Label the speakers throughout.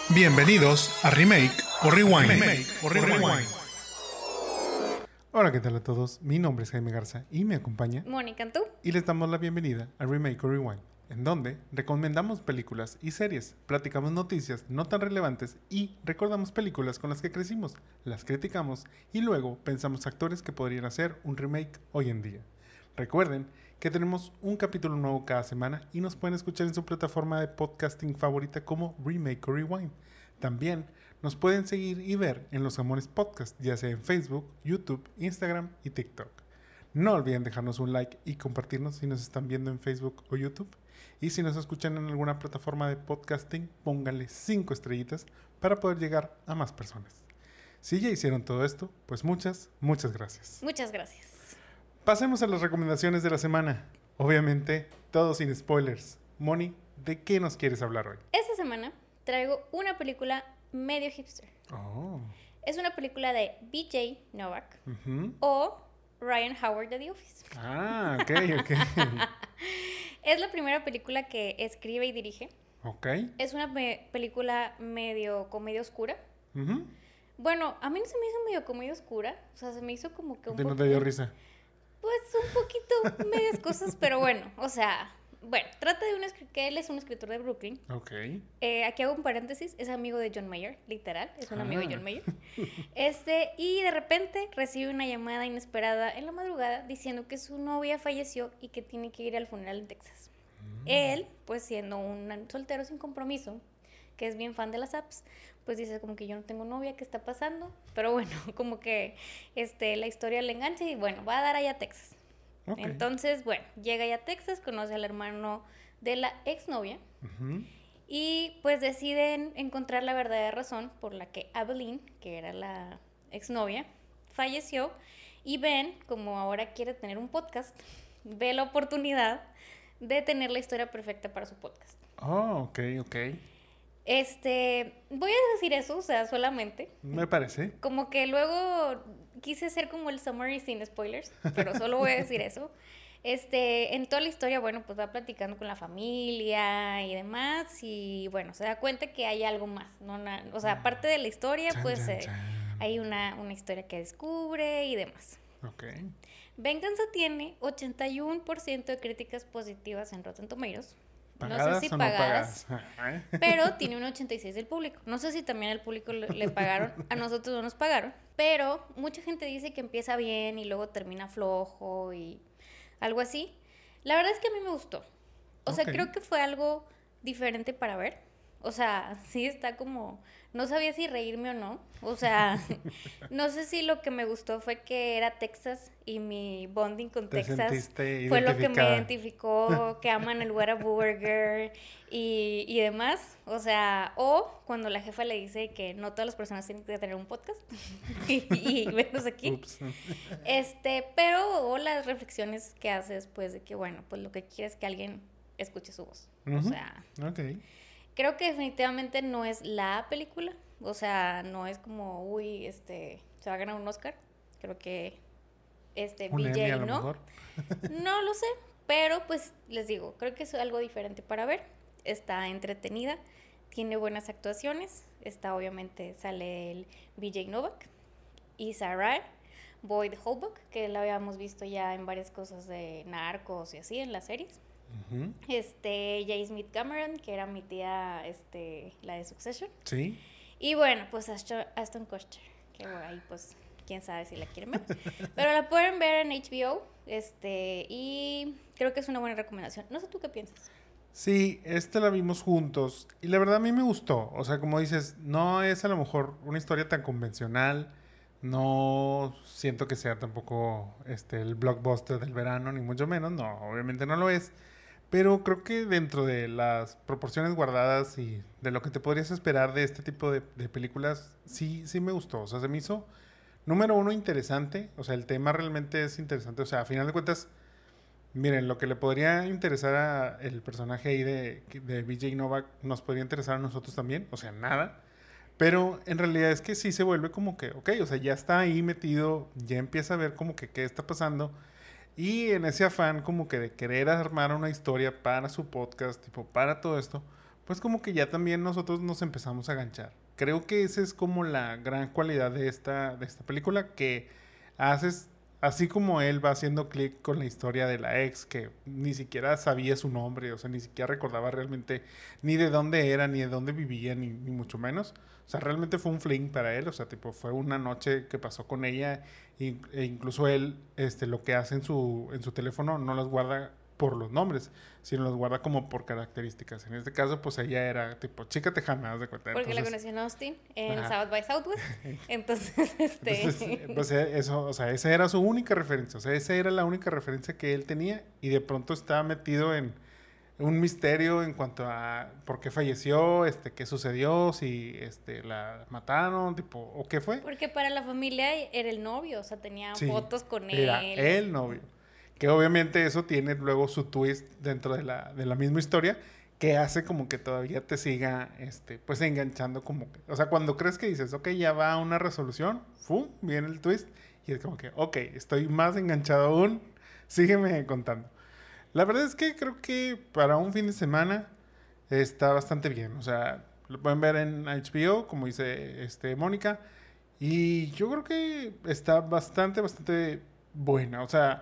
Speaker 1: Bienvenidos a Remake o Rewind. Hola, ¿qué tal a todos? Mi nombre es Jaime Garza y me acompaña
Speaker 2: Mónica Antú.
Speaker 1: Y les damos la bienvenida a Remake o Rewind, en donde recomendamos películas y series, platicamos noticias no tan relevantes y recordamos películas con las que crecimos, las criticamos y luego pensamos actores que podrían hacer un remake hoy en día. Recuerden que tenemos un capítulo nuevo cada semana y nos pueden escuchar en su plataforma de podcasting favorita como Remake o Rewind. También nos pueden seguir y ver en Los Amores Podcast, ya sea en Facebook, YouTube, Instagram y TikTok. No olviden dejarnos un like y compartirnos si nos están viendo en Facebook o YouTube. Y si nos escuchan en alguna plataforma de podcasting, pónganle 5 estrellitas para poder llegar a más personas. Si ya hicieron todo esto, pues muchas gracias.
Speaker 2: Muchas gracias.
Speaker 1: Pasemos a las recomendaciones de la semana. Obviamente, todo sin spoilers. Moni, ¿de qué nos quieres hablar hoy?
Speaker 2: Esta semana traigo una película medio hipster.
Speaker 1: Oh.
Speaker 2: Es una película de BJ Novak o Ryan Howard de The Office.
Speaker 1: Ah, ok.
Speaker 2: Es la primera película que escribe y dirige.
Speaker 1: Ok.
Speaker 2: Es una película medio comedia oscura.
Speaker 1: Uh-huh.
Speaker 2: Bueno, a mí no se me hizo medio comedia oscura. O sea, se me hizo como que un
Speaker 1: poquito... ¿No te dio risa?
Speaker 2: Pues un poquito, medias cosas, pero bueno, o sea... Bueno, trata de que él es un escritor de Brooklyn.
Speaker 1: Ok.
Speaker 2: Aquí hago un paréntesis, es amigo de John Mayer, literal, es un amigo de John Mayer. Y de repente recibe una llamada inesperada en la madrugada diciendo que su novia falleció y que tiene que ir al funeral en Texas. Él, pues siendo un soltero sin compromiso, que es bien fan de las apps, pues dice como que yo no tengo novia, ¿qué está pasando? Pero bueno, como que la historia le engancha y bueno, va a dar allá a Texas. Okay. Entonces, bueno, llega ya a Texas, conoce al hermano de la exnovia y pues deciden encontrar la verdadera razón por la que Evelyn, que era la exnovia, falleció, y Ben, como ahora quiere tener un podcast, ve la oportunidad de tener la historia perfecta para su podcast.
Speaker 1: Oh, ok.
Speaker 2: Voy a decir eso, o sea, solamente.
Speaker 1: Me parece.
Speaker 2: Como que luego quise hacer como el summary sin spoilers, pero solo voy a decir eso. En toda la historia, bueno, pues va platicando con la familia y demás, y bueno, se da cuenta que hay algo más, ¿no? O sea, aparte de la historia, pues hay una historia que descubre y demás.
Speaker 1: Ok.
Speaker 2: Venganza tiene 81% de críticas positivas en Rotten Tomatoes.
Speaker 1: ¿Pagadas
Speaker 2: no sé si
Speaker 1: o
Speaker 2: pagadas,
Speaker 1: no pagadas?
Speaker 2: pero tiene un 86% del público. No sé si también al público le pagaron, a nosotros no nos pagaron, pero mucha gente dice que empieza bien y luego termina flojo y algo así. La verdad es que a mí me gustó. O sea, creo que fue algo diferente para ver. O sea, sí está como... No sabía si reírme o no. O sea, no sé si lo que me gustó fue que era Texas y mi bonding con Texas fue lo que me identificó, que aman el Whataburger y demás. O sea, o cuando la jefa le dice que no todas las personas tienen que tener un podcast y vernos aquí.
Speaker 1: Ups.
Speaker 2: Pero o las reflexiones que hace después de que, bueno, pues lo que quiere es que alguien escuche su voz. O sea...
Speaker 1: Okay.
Speaker 2: Creo que definitivamente no es la película, o sea, no es como, se va a ganar un Oscar. Creo que BJ no. No lo sé, pero pues les digo, creo que es algo diferente para ver. Está entretenida, tiene buenas actuaciones, obviamente sale el BJ Novak, Issa Rae, Boyd Holbrook, que la habíamos visto ya en varias cosas de Narcos y así en las series. J. Smith Cameron, que era mi tía, la de Succession.
Speaker 1: Sí.
Speaker 2: Y bueno, pues Ashton Kutcher, que bueno, ahí pues quién sabe si la quieren ver. Pero la pueden ver en HBO, y creo que es una buena recomendación. No sé tú qué piensas.
Speaker 1: Sí, la vimos juntos y la verdad a mí me gustó. O sea, como dices, no es a lo mejor una historia tan convencional. No siento que sea tampoco el blockbuster del verano, ni mucho menos. No, obviamente no lo es. Pero creo que dentro de las proporciones guardadas y de lo que te podrías esperar de este tipo de películas, sí me gustó. O sea, se me hizo, número uno, interesante. O sea, el tema realmente es interesante. O sea, a final de cuentas, miren, lo que le podría interesar a el personaje ahí de BJ Novak, nos podría interesar a nosotros también. O sea, nada. Pero en realidad es que sí se vuelve como que, ok, o sea, ya está ahí metido, ya empieza a ver como que qué está pasando. Y en ese afán como que de querer armar una historia para su podcast, tipo para todo esto, pues como que ya también nosotros nos empezamos a ganchar. Creo que esa es como la gran cualidad de esta película, que haces, así como él va haciendo clic con la historia de la ex, que ni siquiera sabía su nombre, o sea, ni siquiera recordaba realmente ni de dónde era, ni de dónde vivía, ni mucho menos. O sea, realmente fue un fling para él, o sea, tipo, fue una noche que pasó con ella, e incluso él, lo que hace en su teléfono no los guarda por los nombres, sino los guarda como por características. En este caso, pues ella era tipo chica tejana, haz de cuenta.
Speaker 2: Porque la conocí en Austin, en South by Southwest. Entonces,
Speaker 1: pues eso, o sea, esa era su única referencia. O sea, esa era la única referencia que él tenía. Y de pronto estaba metido en un misterio en cuanto a por qué falleció, qué sucedió, si la mataron, tipo, o qué fue.
Speaker 2: Porque para la familia era el novio, o sea, tenía fotos con él.
Speaker 1: Era el novio. Que obviamente eso tiene luego su twist dentro de la misma historia, que hace como que todavía te siga, pues enganchando como que... O sea, cuando crees que dices, ok, ya va a una resolución, ¡fum! Viene el twist, y es como que, ok, estoy más enganchado aún, sígueme contando. La verdad es que creo que para un fin de semana está bastante bien. O sea, lo pueden ver en HBO, como dice Mónica, y yo creo que está bastante buena. O sea,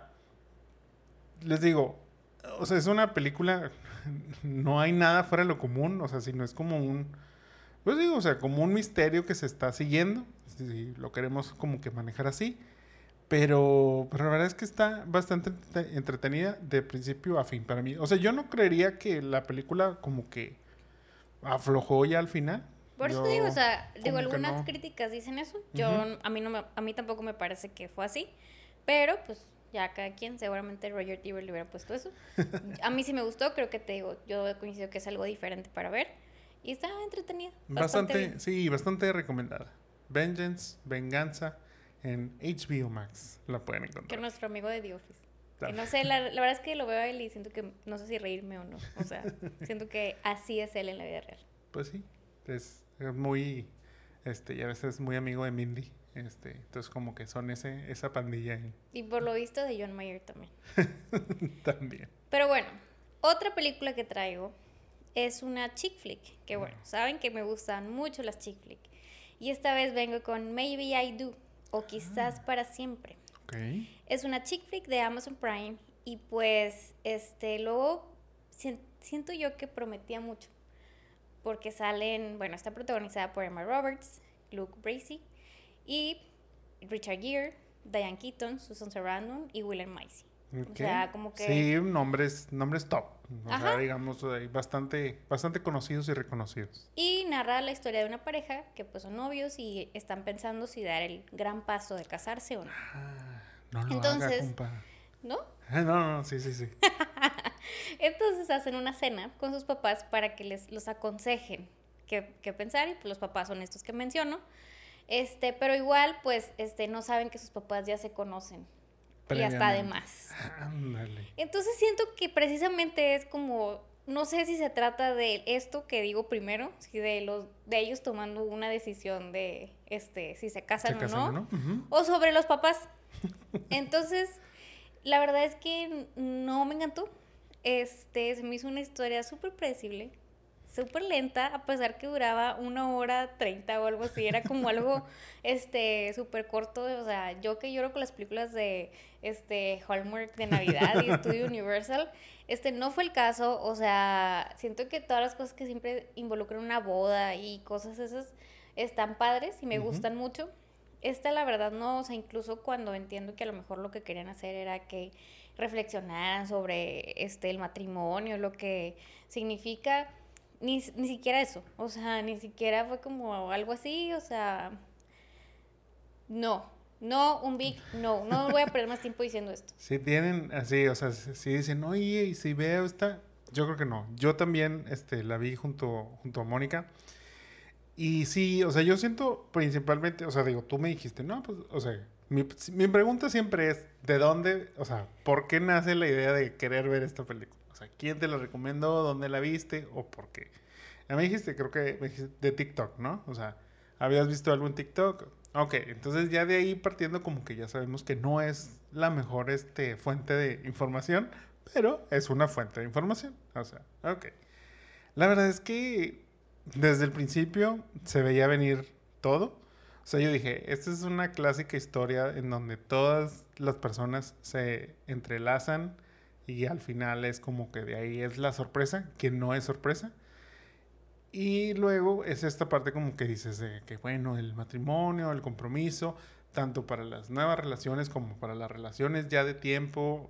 Speaker 1: les digo, o sea, es una película, no hay nada fuera de lo común, o sea, si no es como pues digo, o sea, como un misterio que se está siguiendo, si lo queremos como que manejar así, pero la verdad es que está bastante entretenida de principio a fin para mí. O sea, yo no creería que la película como que aflojó ya al final.
Speaker 2: Por eso digo, o sea, digo, algunas críticas dicen eso. A mí tampoco me parece que fue así, pero pues ya cada quien, seguramente Roger Ebert le hubiera puesto eso. A mí sí me gustó, creo que te digo, yo coincido que es algo diferente para ver y está entretenida.
Speaker 1: Bastante recomendada. Venganza en HBO Max, la pueden encontrar.
Speaker 2: Que nuestro amigo de The Office. Que no sé, la verdad es que lo veo a él y siento que no sé si reírme o no. O sea, siento que así es él en la vida real.
Speaker 1: Pues sí, es muy, y a veces muy amigo de Mindy. Entonces como que son esa pandilla.
Speaker 2: Y por lo visto de John Mayer también.
Speaker 1: También.
Speaker 2: Pero bueno, otra película que traigo es una chick flick. Que bueno, saben que me gustan mucho las chick flick. Y esta vez vengo con Maybe I Do, o Quizás para Siempre.
Speaker 1: Okay.
Speaker 2: Es una chick flick de Amazon Prime y pues luego siento yo que prometía mucho. Porque está protagonizada por Emma Roberts, Luke Bracey y Richard Gere, Diane Keaton, Susan Sarandon y William Macy.
Speaker 1: Okay.
Speaker 2: O sea, como que...
Speaker 1: Sí, nombres top. O sea, digamos, bastante conocidos y reconocidos.
Speaker 2: Y narra la historia de una pareja que pues son novios y están pensando si dar el gran paso de casarse o no.
Speaker 1: No lo haga, compa.
Speaker 2: ¿No?
Speaker 1: No, sí.
Speaker 2: Entonces hacen una cena con sus papás para que los aconsejen qué pensar y pues los papás son estos que menciono. Pero igual pues no saben que sus papás ya se conocen. Y hasta de más.
Speaker 1: Ándale.
Speaker 2: Entonces siento que precisamente es como, no sé si se trata de esto que digo primero, si de ellos tomando una decisión de si se casan o no, o sobre los papás. Entonces, la verdad es que no me encantó. Se me hizo una historia súper predecible, súper lenta, a pesar que duraba 1:30 o algo así, era como algo súper corto. O sea, yo que lloro con las películas de Hallmark de Navidad y Studio Universal, no fue el caso. O sea, siento que todas las cosas que siempre involucran una boda y cosas esas están padres y me gustan mucho. La verdad no, o sea, incluso cuando entiendo que a lo mejor lo que querían hacer era que reflexionaran sobre el matrimonio, lo que significa, ni siquiera eso, o sea, ni siquiera fue como algo así, o sea, no, un big no voy a perder más tiempo diciendo esto.
Speaker 1: Sí tienen así, o sea, sí dicen, oye, y si veo yo creo que no, yo también la vi junto a Mónica. Y sí, o sea, yo siento principalmente, o sea, digo, tú me dijiste, no, pues, o sea, mi pregunta siempre es, ¿de dónde, o sea, por qué nace la idea de querer ver esta película? O sea, ¿quién te la recomendó? ¿Dónde la viste? ¿O por qué? Ya me dijiste, creo que me dijiste de TikTok, ¿no? O sea, ¿habías visto algo en TikTok? Ok, entonces ya de ahí partiendo como que ya sabemos que no es la mejor fuente de información, pero es una fuente de información. O sea, ok. La verdad es que desde el principio se veía venir todo. O sea, yo dije, esta es una clásica historia en donde todas las personas se entrelazan y al final es como que de ahí es la sorpresa, que no es sorpresa. Y luego es esta parte como que dices de que bueno, el matrimonio, el compromiso, tanto para las nuevas relaciones como para las relaciones ya de tiempo.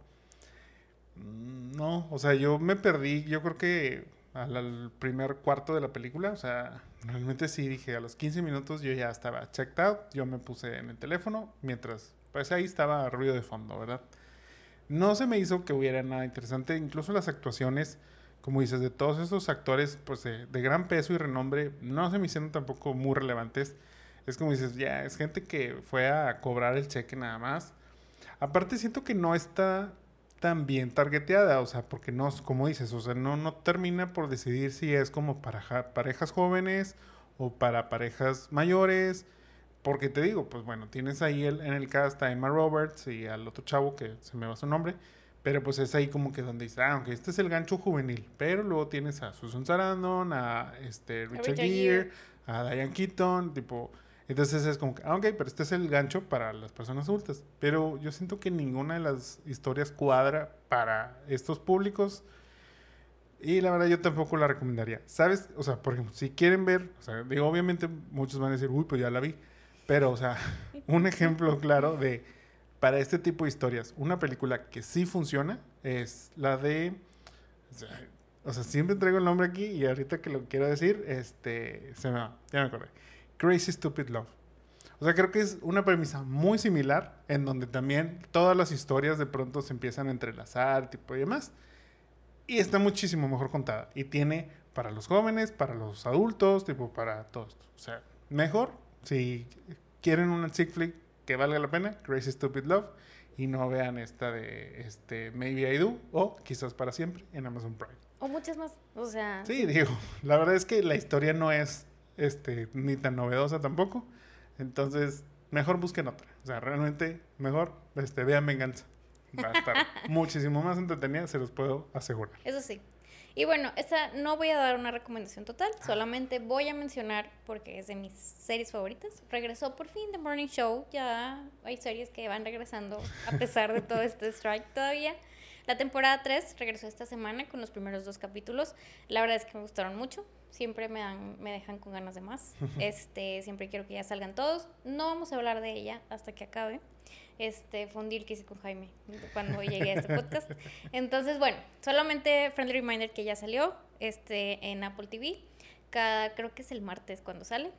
Speaker 1: No, o sea, yo me perdí, yo creo que al primer cuarto de la película, o sea, realmente sí dije, a los 15 minutos yo ya estaba checked out, yo me puse en el teléfono, mientras, pues ahí estaba ruido de fondo, ¿verdad? No se me hizo que hubiera nada interesante, incluso las actuaciones, como dices, de todos esos actores, pues de gran peso y renombre, no se me hicieron tampoco muy relevantes. Es como dices, ya, es gente que fue a cobrar el cheque nada más. Aparte siento que no está tan bien targeteada, o sea, porque no, como dices, o sea, no termina por decidir si es como para parejas jóvenes o para parejas mayores, porque te digo, pues bueno, tienes ahí en el cast a Emma Roberts y al otro chavo que se me va su nombre, pero pues es ahí como que donde dice, ok, este es el gancho juvenil, pero luego tienes a Susan Sarandon, a Richard Gere, a Diane Keaton, tipo... Entonces es como que, ok, pero este es el gancho para las personas adultas. Pero yo siento que ninguna de las historias cuadra para estos públicos. Y la verdad yo tampoco la recomendaría. ¿Sabes? O sea, por ejemplo, si quieren ver, o sea, digo, obviamente muchos van a decir, uy, pues ya la vi. Pero, o sea, un ejemplo claro de, para este tipo de historias, una película que sí funciona es la de... O sea, siempre traigo el nombre aquí y ahorita que lo quiero decir, se me va, ya me acordé. Crazy Stupid Love. O sea, creo que es una premisa muy similar en donde también todas las historias de pronto se empiezan a entrelazar, tipo y demás. Y está muchísimo mejor contada. Y tiene para los jóvenes, para los adultos, tipo para todos. O sea, mejor si quieren una chick flick que valga la pena, Crazy Stupid Love. Y no vean esta de Maybe I Do o Quizás para siempre en Amazon Prime.
Speaker 2: O muchas más, o sea...
Speaker 1: Sí, digo, la verdad es que la historia no es ni tan novedosa tampoco. Entonces, mejor busquen otra. O sea, realmente, mejor vean Venganza. Va a estar muchísimo más entretenida, se los puedo asegurar.
Speaker 2: Eso sí. Y bueno, esta no voy a dar una recomendación total, solamente voy a mencionar, porque es de mis series favoritas, regresó por fin The Morning Show. Ya hay series que van regresando a pesar de todo este strike todavía. La temporada 3 regresó esta semana con los primeros 2 capítulos. La verdad es que me gustaron mucho. Siempre me dejan con ganas de más. Siempre quiero que ya salgan todos. No vamos a hablar de ella hasta que acabe. Fue un deal que hice con Jaime cuando llegué a este podcast. Entonces, bueno, solamente friendly reminder que ya salió en Apple TV. Creo que es el martes cuando sale.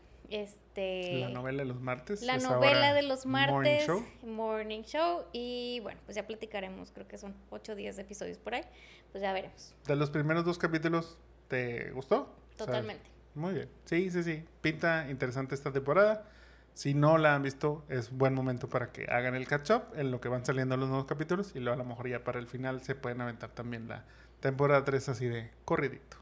Speaker 1: La novela de los martes.
Speaker 2: La novela de los martes. Morning Show. Y bueno, pues ya platicaremos. Creo que son 8 días de episodios por ahí. Pues ya veremos.
Speaker 1: De los primeros 2 capítulos, ¿te gustó?
Speaker 2: Totalmente.
Speaker 1: O sea, muy bien. Sí. Pinta interesante esta temporada. Si no la han visto, es buen momento para que hagan el catch-up en lo que van saliendo los nuevos capítulos. Y luego a lo mejor ya para el final se pueden aventar también la temporada 3 así de corridito.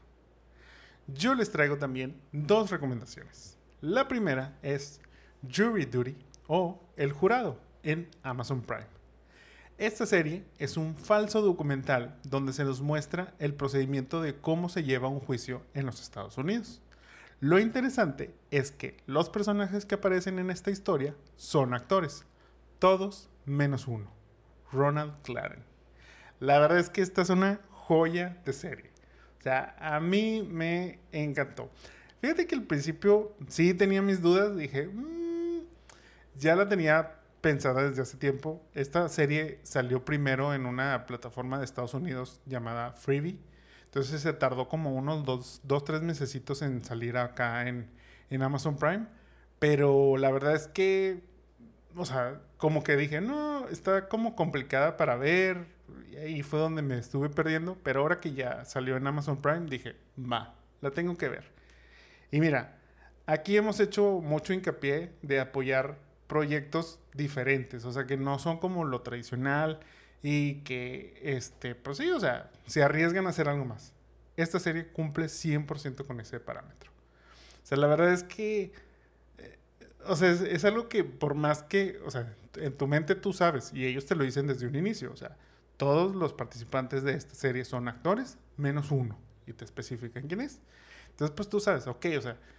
Speaker 1: Yo les traigo también 2 recomendaciones. La primera es Jury Duty o El Jurado en Amazon Prime. Esta serie es un falso documental donde se nos muestra el procedimiento de cómo se lleva un juicio en los Estados Unidos. Lo interesante es que los personajes que aparecen en esta historia son actores, todos menos uno, Ronald Claren. La verdad es que esta es una joya de serie. O sea, a mí me encantó. Fíjate que al principio sí tenía mis dudas, dije, ya la tenía pensada desde hace tiempo. Esta serie salió primero en una plataforma de Estados Unidos llamada Freevee. Entonces se tardó como unos 2-3 mesecitos en salir acá en Amazon Prime. Pero la verdad es que, o sea, como que dije, no, está como complicada para ver. Y ahí fue donde me estuve perdiendo. Pero ahora que ya salió en Amazon Prime, dije, la tengo que ver. Y mira, aquí hemos hecho mucho hincapié de apoyar proyectos diferentes. O sea, que no son como lo tradicional y que, pues sí, o sea, se arriesgan a hacer algo más. Esta serie cumple 100% con ese parámetro. O sea, la verdad es que, o sea, es algo que por más que, o sea, en tu mente tú sabes, y ellos te lo dicen desde un inicio, o sea, todos los participantes de esta serie son actores, menos uno. y te especifican quién es. Entonces, pues tú sabes, ok, o sea,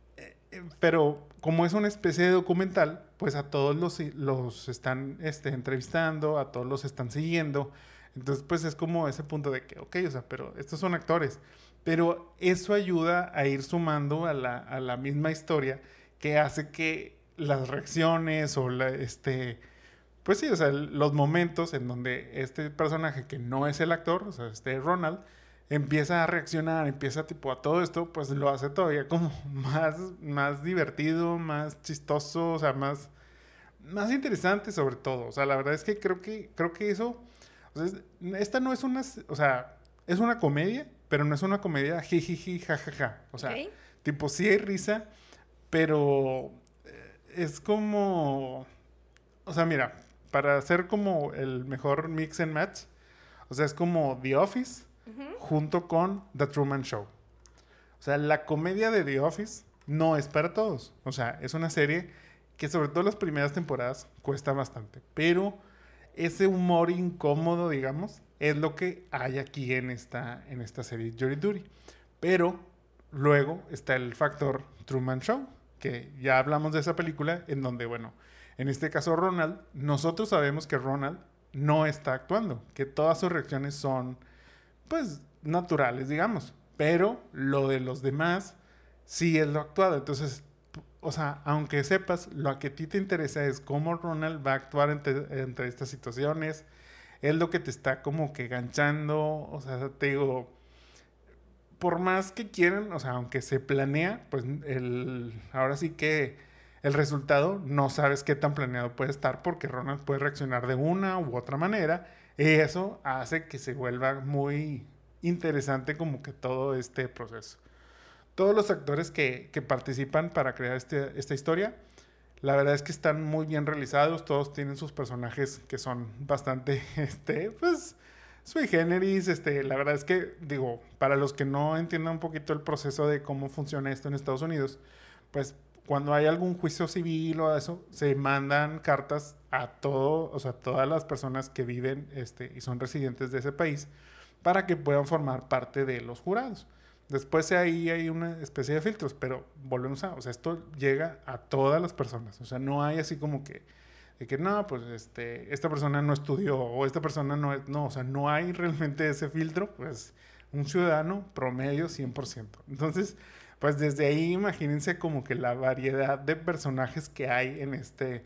Speaker 1: pero como es una especie de documental, pues a todos los están entrevistando, a todos los están siguiendo. Entonces, pues es como ese punto de que, ok, o sea, pero estos son actores. Pero eso ayuda a ir sumando a la misma historia que hace que las reacciones o pues sí, o sea, los momentos en donde este personaje que no es el actor, o sea, Ronald, empieza a reaccionar, empieza tipo a todo esto, pues lo hace todavía como más divertido, más chistoso, o sea, más interesante sobre todo. O sea, la verdad es que creo que eso, o sea, esta no es o sea, es una comedia, pero no es una comedia jijiji, jajaja. O sea, tipo sí hay risa, pero es como, o sea, mira, para hacer como el mejor mix and match, o sea, es como The Office junto con The Truman Show. O sea, la comedia de The Office no es para todos. O sea, es una serie que sobre todo las primeras temporadas cuesta bastante. Pero ese humor incómodo, digamos, es lo que hay aquí en esta serie Jury Duty. Pero luego está el factor Truman Show, que ya hablamos de esa película, en donde, bueno, en este caso Ronald, nosotros sabemos que Ronald no está actuando, que todas sus reacciones son, pues, naturales, digamos. Pero lo de los demás sí es lo actuado. Entonces, o sea, aunque sepas, lo que a ti te interesa es cómo Ronald va a actuar entre estas situaciones. Es lo que te está como que ganchando. O sea, te digo, por más que quieran, o sea, aunque se planea, pues ahora sí que el resultado no sabes qué tan planeado puede estar porque Ronald puede reaccionar de una u otra manera. Y eso hace que se vuelva muy interesante como que todo este proceso. Todos los actores que participan para crear esta historia, la verdad es que están muy bien realizados. Todos tienen sus personajes que son bastante, pues, sui generis. La verdad es que, digo, para los que no entiendan un poquito el proceso de cómo funciona esto en Estados Unidos, pues, cuando hay algún juicio civil o eso, se mandan cartas a o sea, todas las personas que viven, y son residentes de ese país, para que puedan formar parte de los jurados. Después ahí hay una especie de filtros, pero volvemos o sea, esto llega a todas las personas. O sea, no hay así como que, de que no, pues esta persona no estudió o esta persona no, o sea, no hay realmente ese filtro, pues un ciudadano promedio 100%. Entonces, pues desde ahí imagínense como que la variedad de personajes que hay en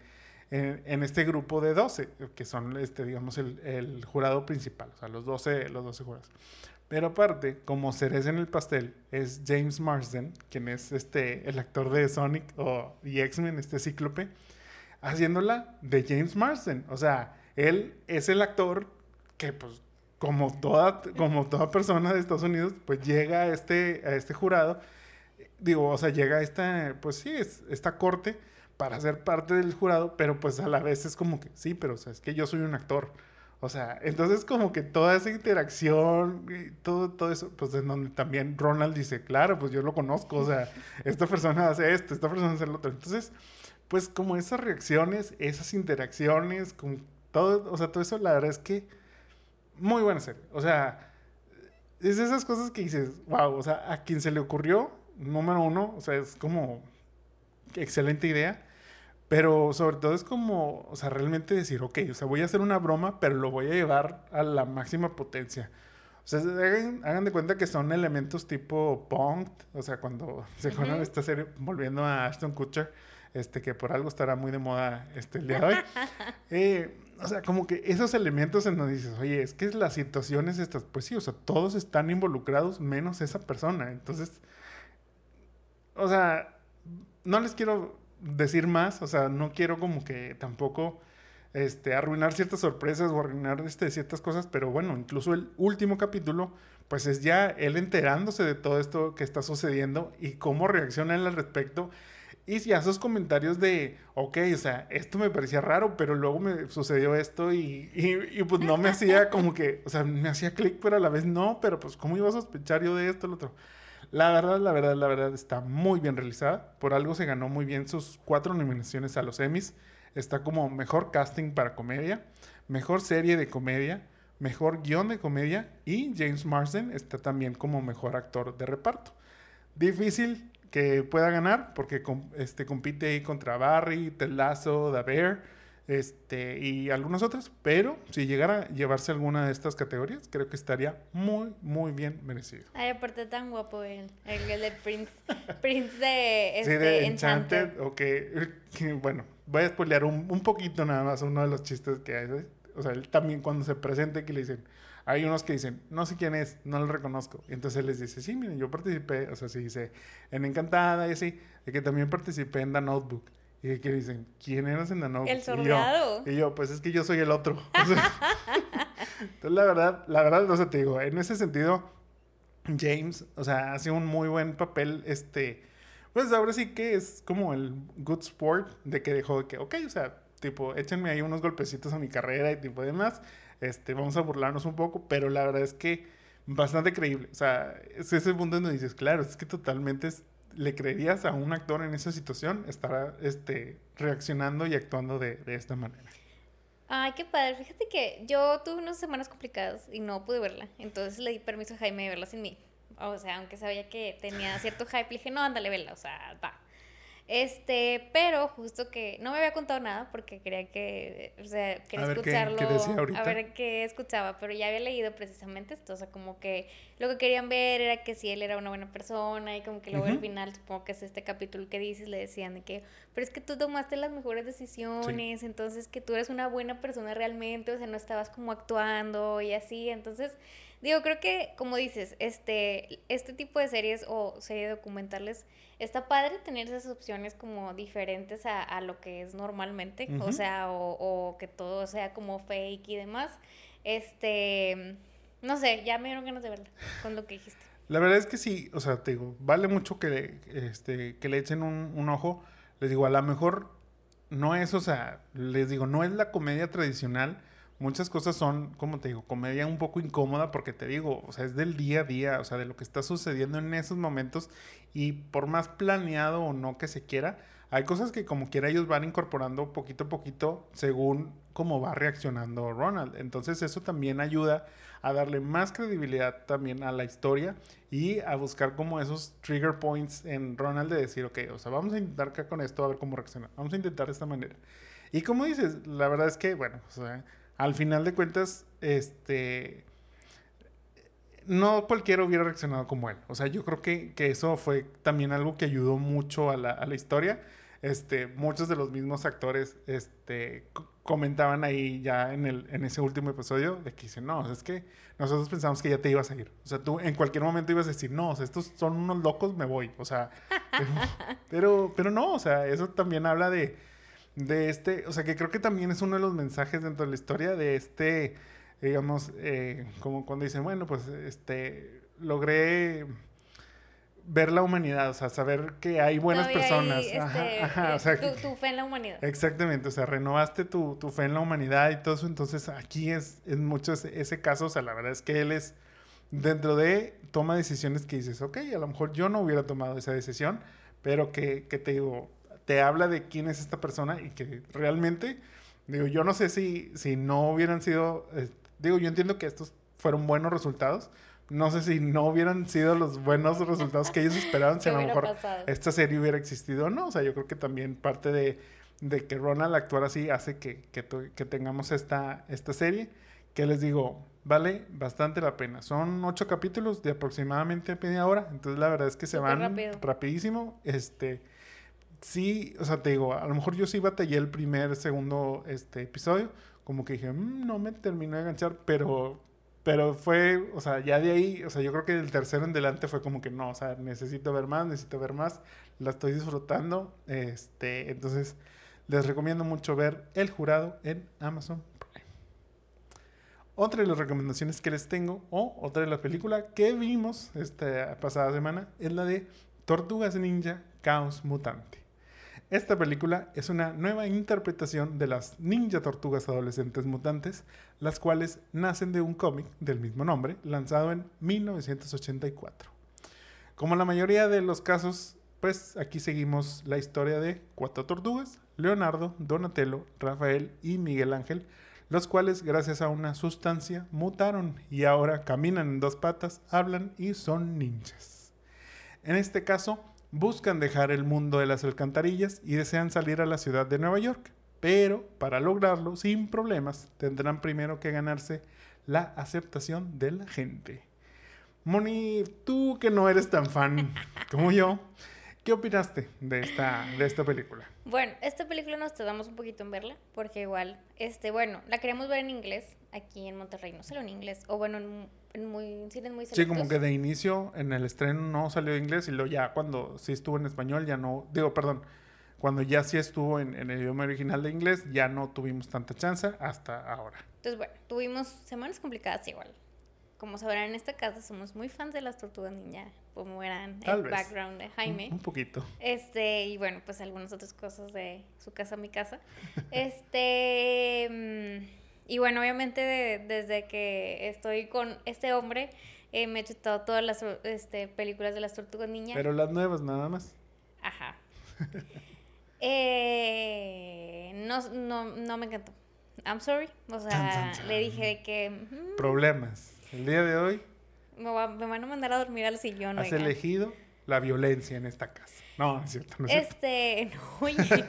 Speaker 1: este grupo de 12, que son, digamos, el jurado principal, o sea, los 12 jurados. Pero aparte, como cereza en el pastel, es James Marsden, quien es el actor de Sonic y X-Men, Cíclope, haciéndola de James Marsden. O sea, él es el actor que, pues, como toda persona de Estados Unidos, pues llega a este jurado. Digo, o sea, llega a esta corte para ser parte del jurado, pero pues a la vez es como que, sí, pero o sea, es que yo soy un actor. O sea, entonces como que toda esa interacción, todo eso, pues en donde también Ronald dice, claro, pues yo lo conozco, o sea, esta persona hace esto, esta persona hace lo otro. Entonces, pues como esas reacciones, esas interacciones, con todo, o sea, todo eso, la verdad es que muy buena serie. O sea, es de esas cosas que dices, wow, o sea, a quien se le ocurrió, número uno, o sea, es como excelente idea. Pero sobre todo es como, o sea, realmente decir, ok, o sea, voy a hacer una broma, pero lo voy a llevar a la máxima potencia. O sea, hagan de cuenta que son elementos tipo Punk, o sea, cuando se acuerdan de esta serie, volviendo a Ashton Kutcher, que por algo estará muy de moda el día de hoy. O sea, como que esos elementos en donde dices, oye, es que las situaciones estas, pues sí, o sea, todos están involucrados menos esa persona. Entonces, o sea, no les quiero decir más, o sea, no quiero como que tampoco arruinar ciertas sorpresas o arruinar ciertas cosas, pero bueno, incluso el último capítulo, pues es ya él enterándose de todo esto que está sucediendo y cómo reacciona él al respecto. Y ya esos comentarios de, ok, o sea, esto me parecía raro, pero luego me sucedió esto y pues no me hacía como que, o sea, me hacía clic, pero a la vez no, pero pues ¿cómo iba a sospechar yo de esto, lo otro? La verdad está muy bien realizada. Por algo se ganó muy bien sus 4 nominaciones a los Emmys. Está como mejor casting para comedia, mejor serie de comedia, mejor guión de comedia y James Marsden está también como mejor actor de reparto. Difícil que pueda ganar porque compite ahí contra Barry, Ted Lasso, The Bear y algunas otras, pero si llegara a llevarse alguna de estas categorías, creo que estaría muy, muy bien merecido.
Speaker 2: Ay, aparte tan guapo el de Prince. Prince de,
Speaker 1: Sí, de
Speaker 2: Enchanted.
Speaker 1: Que, bueno, voy a spoilear un poquito nada más uno de los chistes que hay. O sea, él también cuando se presente que le dicen, hay unos que dicen, no sé quién es, no lo reconozco. Y entonces él les dice, sí, miren, yo participé, o sea, sí dice, en Encantada y así, de que también participé en The Notebook. Y que dicen, ¿quién eras en The Notebook?
Speaker 2: El sordeado.
Speaker 1: Y yo, pues es que yo soy el otro. O sea, entonces la verdad, o sea, te digo, en ese sentido, James, o sea, hace un muy buen papel, pues ahora sí que es como el good sport de que dejó de que, ok, o sea, tipo, échenme ahí unos golpecitos a mi carrera y tipo demás, vamos a burlarnos un poco, pero la verdad es que bastante creíble, o sea, es ese punto donde dices, claro, es que totalmente le creerías a un actor en esa situación, estará, reaccionando y actuando de esta manera.
Speaker 2: Ay, qué padre. Fíjate que yo tuve unas semanas complicadas y no pude verla. Entonces le di permiso a Jaime de verla sin mí. O sea, aunque sabía que tenía cierto hype, le dije, no, ándale, vela. O sea, va. Pero justo que no me había contado nada porque quería que, o sea, quería escucharlo,
Speaker 1: ¿qué decía ahorita?
Speaker 2: a ver qué escuchaba, pero ya había leído precisamente esto, o sea, como que lo que querían ver era que si él era una buena persona y como que luego al final, supongo que es este capítulo que dices, le decían de que, pero es que tú tomaste las mejores decisiones, entonces que tú eres una buena persona realmente, o sea, no estabas como actuando y así, entonces... Digo, creo que, como dices, este tipo de series o serie documentales, está padre tener esas opciones como diferentes a lo que es normalmente, o sea, o que todo sea como fake y demás. No sé, ya me dieron ganas de verla con lo que dijiste.
Speaker 1: La verdad es que sí, o sea, te digo, vale mucho que le echen un ojo. Les digo, a lo mejor no es, o sea, les digo, no es la comedia tradicional. Muchas cosas son, como te digo, comedia un poco incómoda porque te digo, o sea, es del día a día, o sea, de lo que está sucediendo en esos momentos y por más planeado o no que se quiera, hay cosas que como quiera ellos van incorporando poquito a poquito según cómo va reaccionando Ronald. Entonces eso también ayuda a darle más credibilidad también a la historia y a buscar como esos trigger points en Ronald de decir, ok, o sea, vamos a intentar acá con esto a ver cómo reacciona, vamos a intentar de esta manera. Y como dices, la verdad es que, bueno, o sea, al final de cuentas, no cualquiera hubiera reaccionado como él. O sea, yo creo que eso fue también algo que ayudó mucho a la historia. Muchos de los mismos actores comentaban ahí ya en ese último episodio de que dicen, no, o sea, es que nosotros pensamos que ya te ibas a ir. O sea, tú en cualquier momento ibas a decir, no, o sea, estos son unos locos, me voy. O sea, pero no, o sea, eso también habla de o sea, que creo que también es uno de los mensajes dentro de la historia de digamos, como cuando dicen, bueno, pues, logré ver la humanidad, o sea, saber que hay buenas personas.
Speaker 2: O sea, tu fe en la humanidad.
Speaker 1: Exactamente, o sea, renovaste tu fe en la humanidad y todo eso, entonces aquí es mucho ese caso, o sea, la verdad es que él es, dentro de, toma decisiones que dices, ok, a lo mejor yo no hubiera tomado esa decisión, pero que te digo, te habla de quién es esta persona y que realmente, digo, yo no sé si no hubieran sido, digo, yo entiendo que estos fueron buenos resultados, no sé si no hubieran sido los buenos resultados que ellos esperaban, si a lo mejor esta serie hubiera existido o no, o sea, yo creo que también parte de que Ronald actuara así hace que tengamos esta serie, que les digo, vale bastante la pena. Son 8 capítulos de aproximadamente media hora, entonces la verdad es que se van rapidísimo, sí, o sea, te digo, a lo mejor yo sí batallé el segundo episodio, como que dije, no me terminó de enganchar, pero fue, o sea, ya de ahí, o sea, yo creo que el tercero en delante fue como que no, o sea, necesito ver más, la estoy disfrutando, entonces les recomiendo mucho ver El Jurado en Amazon Prime. Otra de las recomendaciones que les tengo, o otra de las películas que vimos esta pasada semana, es la de Tortugas Ninja Caos Mutante. Esta película es una nueva interpretación de las Ninja Tortugas Adolescentes Mutantes, las cuales nacen de un cómic del mismo nombre, lanzado en 1984. Como la mayoría de los casos, pues aquí seguimos la historia de 4 tortugas, Leonardo, Donatello, Rafael y Miguel Ángel, los cuales gracias a una sustancia mutaron y ahora caminan en dos patas, hablan y son ninjas. En este caso, buscan dejar el mundo de las alcantarillas y desean salir a la ciudad de Nueva York, pero para lograrlo sin problemas tendrán primero que ganarse la aceptación de la gente. Moni, tú que no eres tan fan como yo, ¿qué opinaste de esta película?
Speaker 2: Bueno, esta película nos tardamos un poquito en verla, porque igual, bueno, la queríamos ver en inglés, aquí en Monterrey no salió en inglés, o bueno, en cines muy selectos.
Speaker 1: Sí, como que de inicio en el estreno no salió en inglés y luego ya cuando sí estuvo en español ya no, cuando ya sí estuvo en el idioma original de inglés ya no tuvimos tanta chance hasta ahora.
Speaker 2: Entonces, bueno, tuvimos semanas complicadas igual. Como sabrán, en esta casa somos muy fans de las Tortugas Ninja, como verán el background de Jaime.
Speaker 1: Un poquito.
Speaker 2: Y bueno, pues algunas otras cosas de su casa a mi casa. Y bueno, obviamente desde que estoy con este hombre, me he chutado todas las películas de las Tortugas Ninja.
Speaker 1: Pero las nuevas nada más.
Speaker 2: Ajá. No me encantó. I'm sorry. O sea, le dije que...
Speaker 1: Problemas. El día de hoy...
Speaker 2: Me van a mandar a dormir al sillón.
Speaker 1: Has elegido la violencia en esta casa. No, es cierto. No es cierto.
Speaker 2: No,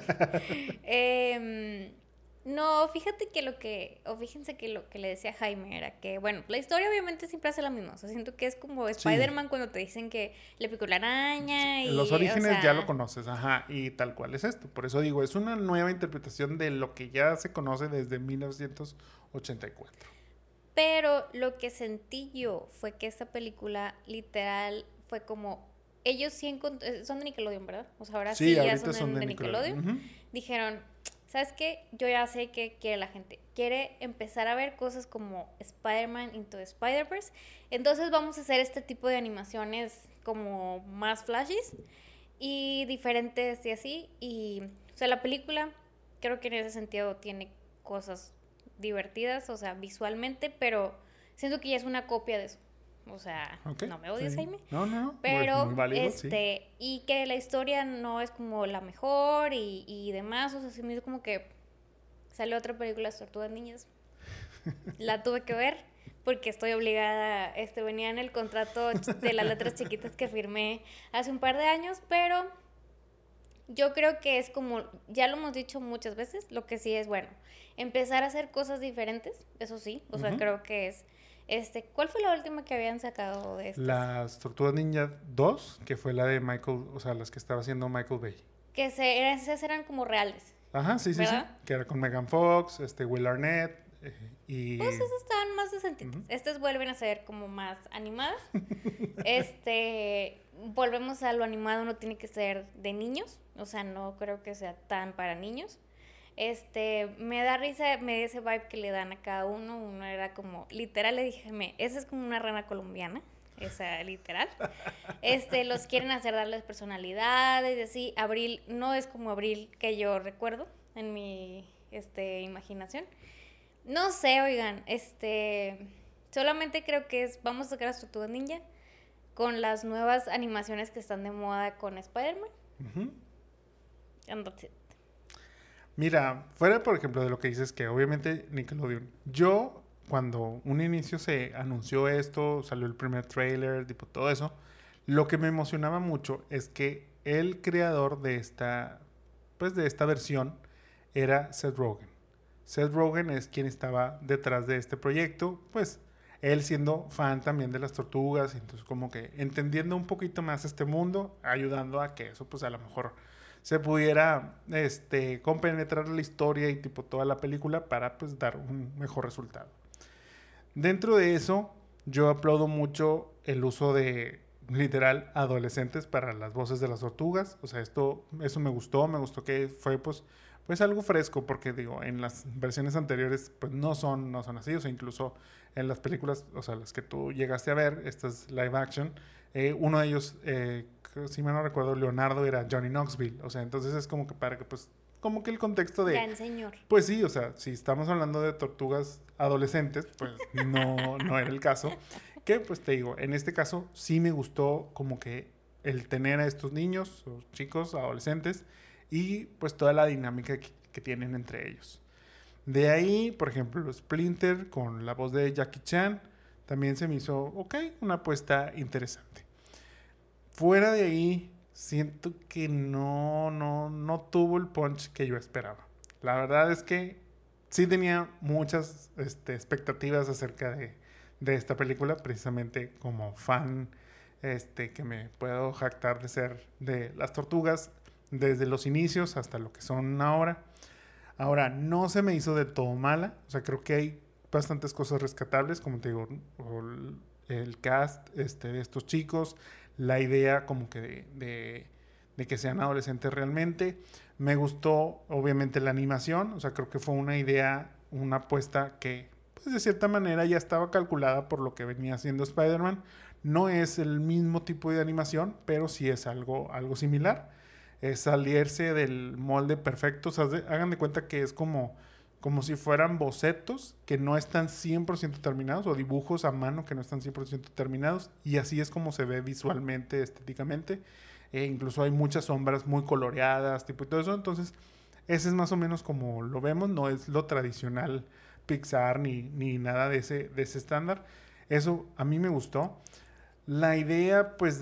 Speaker 2: oye. No, fíjense que lo que le decía Jaime era que, bueno, la historia obviamente siempre hace la misma. O sea, siento que es como Spider-Man cuando te dicen que le picó la araña.
Speaker 1: Los orígenes ya lo conoces, ajá, y tal cual es esto. Por eso digo, es una nueva interpretación de lo que ya se conoce desde 1984.
Speaker 2: Pero lo que sentí yo fue que esta película literal fue como... Ellos sí son de Nickelodeon, ¿verdad? O sea, ahora sí ya son de Nickelodeon. Uh-huh. Dijeron, ¿sabes qué? Yo ya sé qué quiere la gente. Quiere empezar a ver cosas como Spider-Man Into the Spider-Verse. Entonces vamos a hacer este tipo de animaciones como más flashes y diferentes y así. Y, o sea, la película creo que en ese sentido tiene cosas divertidas, o sea, visualmente, pero siento que ya es una copia de eso. O sea, no me odies, Jaime.
Speaker 1: No.
Speaker 2: Pero,
Speaker 1: muy válido, sí.
Speaker 2: Y que la historia no es como la mejor y demás. O sea, se me hizo como que salió otra película de Tortugas Niñas. La tuve que ver porque estoy obligada. Venía en el contrato de las letras chiquitas que firmé hace un par de años, pero yo creo que es como, ya lo hemos dicho muchas veces, lo que sí es bueno, empezar a hacer cosas diferentes, eso sí. O sea, creo que es... ¿Cuál fue la última que habían sacado de estas?
Speaker 1: Las Tortugas Ninja 2, que fue la de Michael, o sea, las que estaba haciendo Michael Bay.
Speaker 2: Que esas eran como reales.
Speaker 1: Ajá, sí. Que era con Megan Fox, Will Arnett y...
Speaker 2: Pues esas estaban más decentitas. Uh-huh. Estas vuelven a ser como más animadas. Volvemos a lo animado, no tiene que ser de niños. O sea, no creo que sea tan para niños. Me da risa, me da ese vibe que le dan a cada uno. Uno era como, literal, le dije, esa es como una rana colombiana, esa literal. Los quieren hacer darles personalidades y así. Abril no es como Abril que yo recuerdo en mi imaginación. No sé, oigan, solamente creo que vamos a sacar a Tortugas Ninja con las nuevas animaciones que están de moda con Spider-Man.
Speaker 1: Uh-huh.
Speaker 2: And that's it.
Speaker 1: Mira, fuera por ejemplo de lo que dices que obviamente Nickelodeon, yo cuando un inicio se anunció esto, salió el primer tráiler, tipo todo eso, lo que me emocionaba mucho es que el creador de esta versión era Seth Rogen. Seth Rogen es quien estaba detrás de este proyecto, pues él siendo fan también de las tortugas, entonces como que entendiendo un poquito más este mundo, ayudando a que eso pues a lo mejor se pudiera compenetrar la historia y tipo toda la película para pues dar un mejor resultado. Dentro de eso, yo aplaudo mucho el uso de literal adolescentes para las voces de las tortugas. O sea, eso me gustó que fue pues algo fresco, porque digo, en las versiones anteriores pues no son así, o sea, incluso en las películas, o sea, las que tú llegaste a ver, estas live action, uno de ellos, si me no recuerdo, Leonardo era Johnny Knoxville, o sea, entonces es como que para que pues, como que el contexto de...
Speaker 2: Gran señor.
Speaker 1: Pues sí, o sea, si estamos hablando de tortugas adolescentes, pues no era el caso, que pues te digo, en este caso sí me gustó como que el tener a estos niños, o chicos, adolescentes, y pues toda la dinámica que tienen entre ellos. De ahí, por ejemplo, Splinter con la voz de Jackie Chan también se me hizo, ok, una apuesta interesante. Fuera de ahí, siento que no tuvo el punch que yo esperaba. La verdad es que sí tenía muchas expectativas acerca de esta película, precisamente como fan que me puedo jactar de ser de las tortugas desde los inicios hasta lo que son ahora. Ahora, no se me hizo de todo mala, o sea, creo que hay bastantes cosas rescatables, como te digo, el cast de estos chicos, la idea como que de que sean adolescentes realmente. Me gustó, obviamente, la animación, o sea, creo que fue una idea, una apuesta que, pues, de cierta manera ya estaba calculada por lo que venía haciendo Spider-Man. No es el mismo tipo de animación, pero sí es algo similar. Es salirse del molde perfecto, o sea, hagan de cuenta que es como si fueran bocetos que no están 100% terminados o dibujos a mano que no están 100% terminados, y así es como se ve visualmente, estéticamente. Incluso hay muchas sombras muy coloreadas, tipo y todo eso. Entonces, ese es más o menos como lo vemos, no es lo tradicional Pixar ni nada de ese estándar. Eso a mí me gustó. La idea, pues,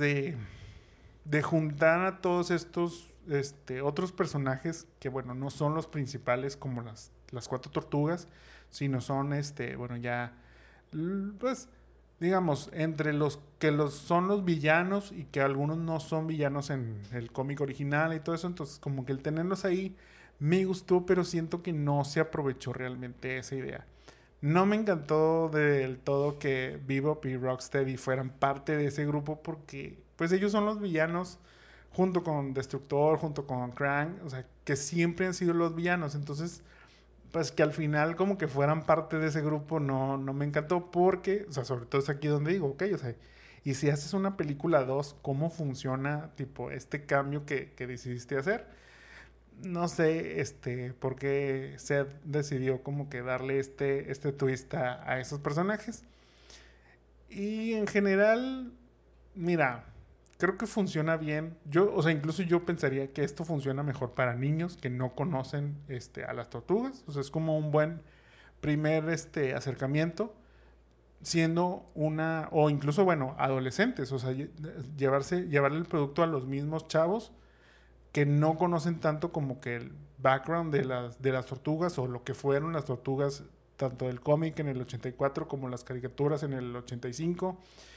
Speaker 1: de juntar a todos estos otros personajes que, bueno, no son los principales como las cuatro tortugas, sino son, bueno, ya, pues, digamos, entre los que son los villanos y que algunos no son villanos en el cómic original y todo eso. Entonces, como que el tenerlos ahí me gustó, pero siento que no se aprovechó realmente esa idea. No me encantó del todo que Bebop y Rocksteady fueran parte de ese grupo, porque pues ellos son los villanos junto con Destructor, junto con Krang, o sea, que siempre han sido los villanos. Entonces, pues que al final como que fueran parte de ese grupo no me encantó, porque, o sea, sobre todo es aquí donde digo, ok, o sea, y si haces una película 2, ¿cómo funciona tipo este cambio que decidiste hacer? No sé por qué Seth decidió como que darle este twist a esos personajes. Y en general, mira, creo que funciona bien. Yo, o sea, incluso yo pensaría que esto funciona mejor para niños que no conocen a las tortugas. O sea, es como un buen primer acercamiento, siendo una, o incluso, bueno, adolescentes. O sea, llevarle el producto a los mismos chavos que no conocen tanto como que el background de las tortugas, o lo que fueron las tortugas, tanto del cómic en el 84 como las caricaturas en el 85.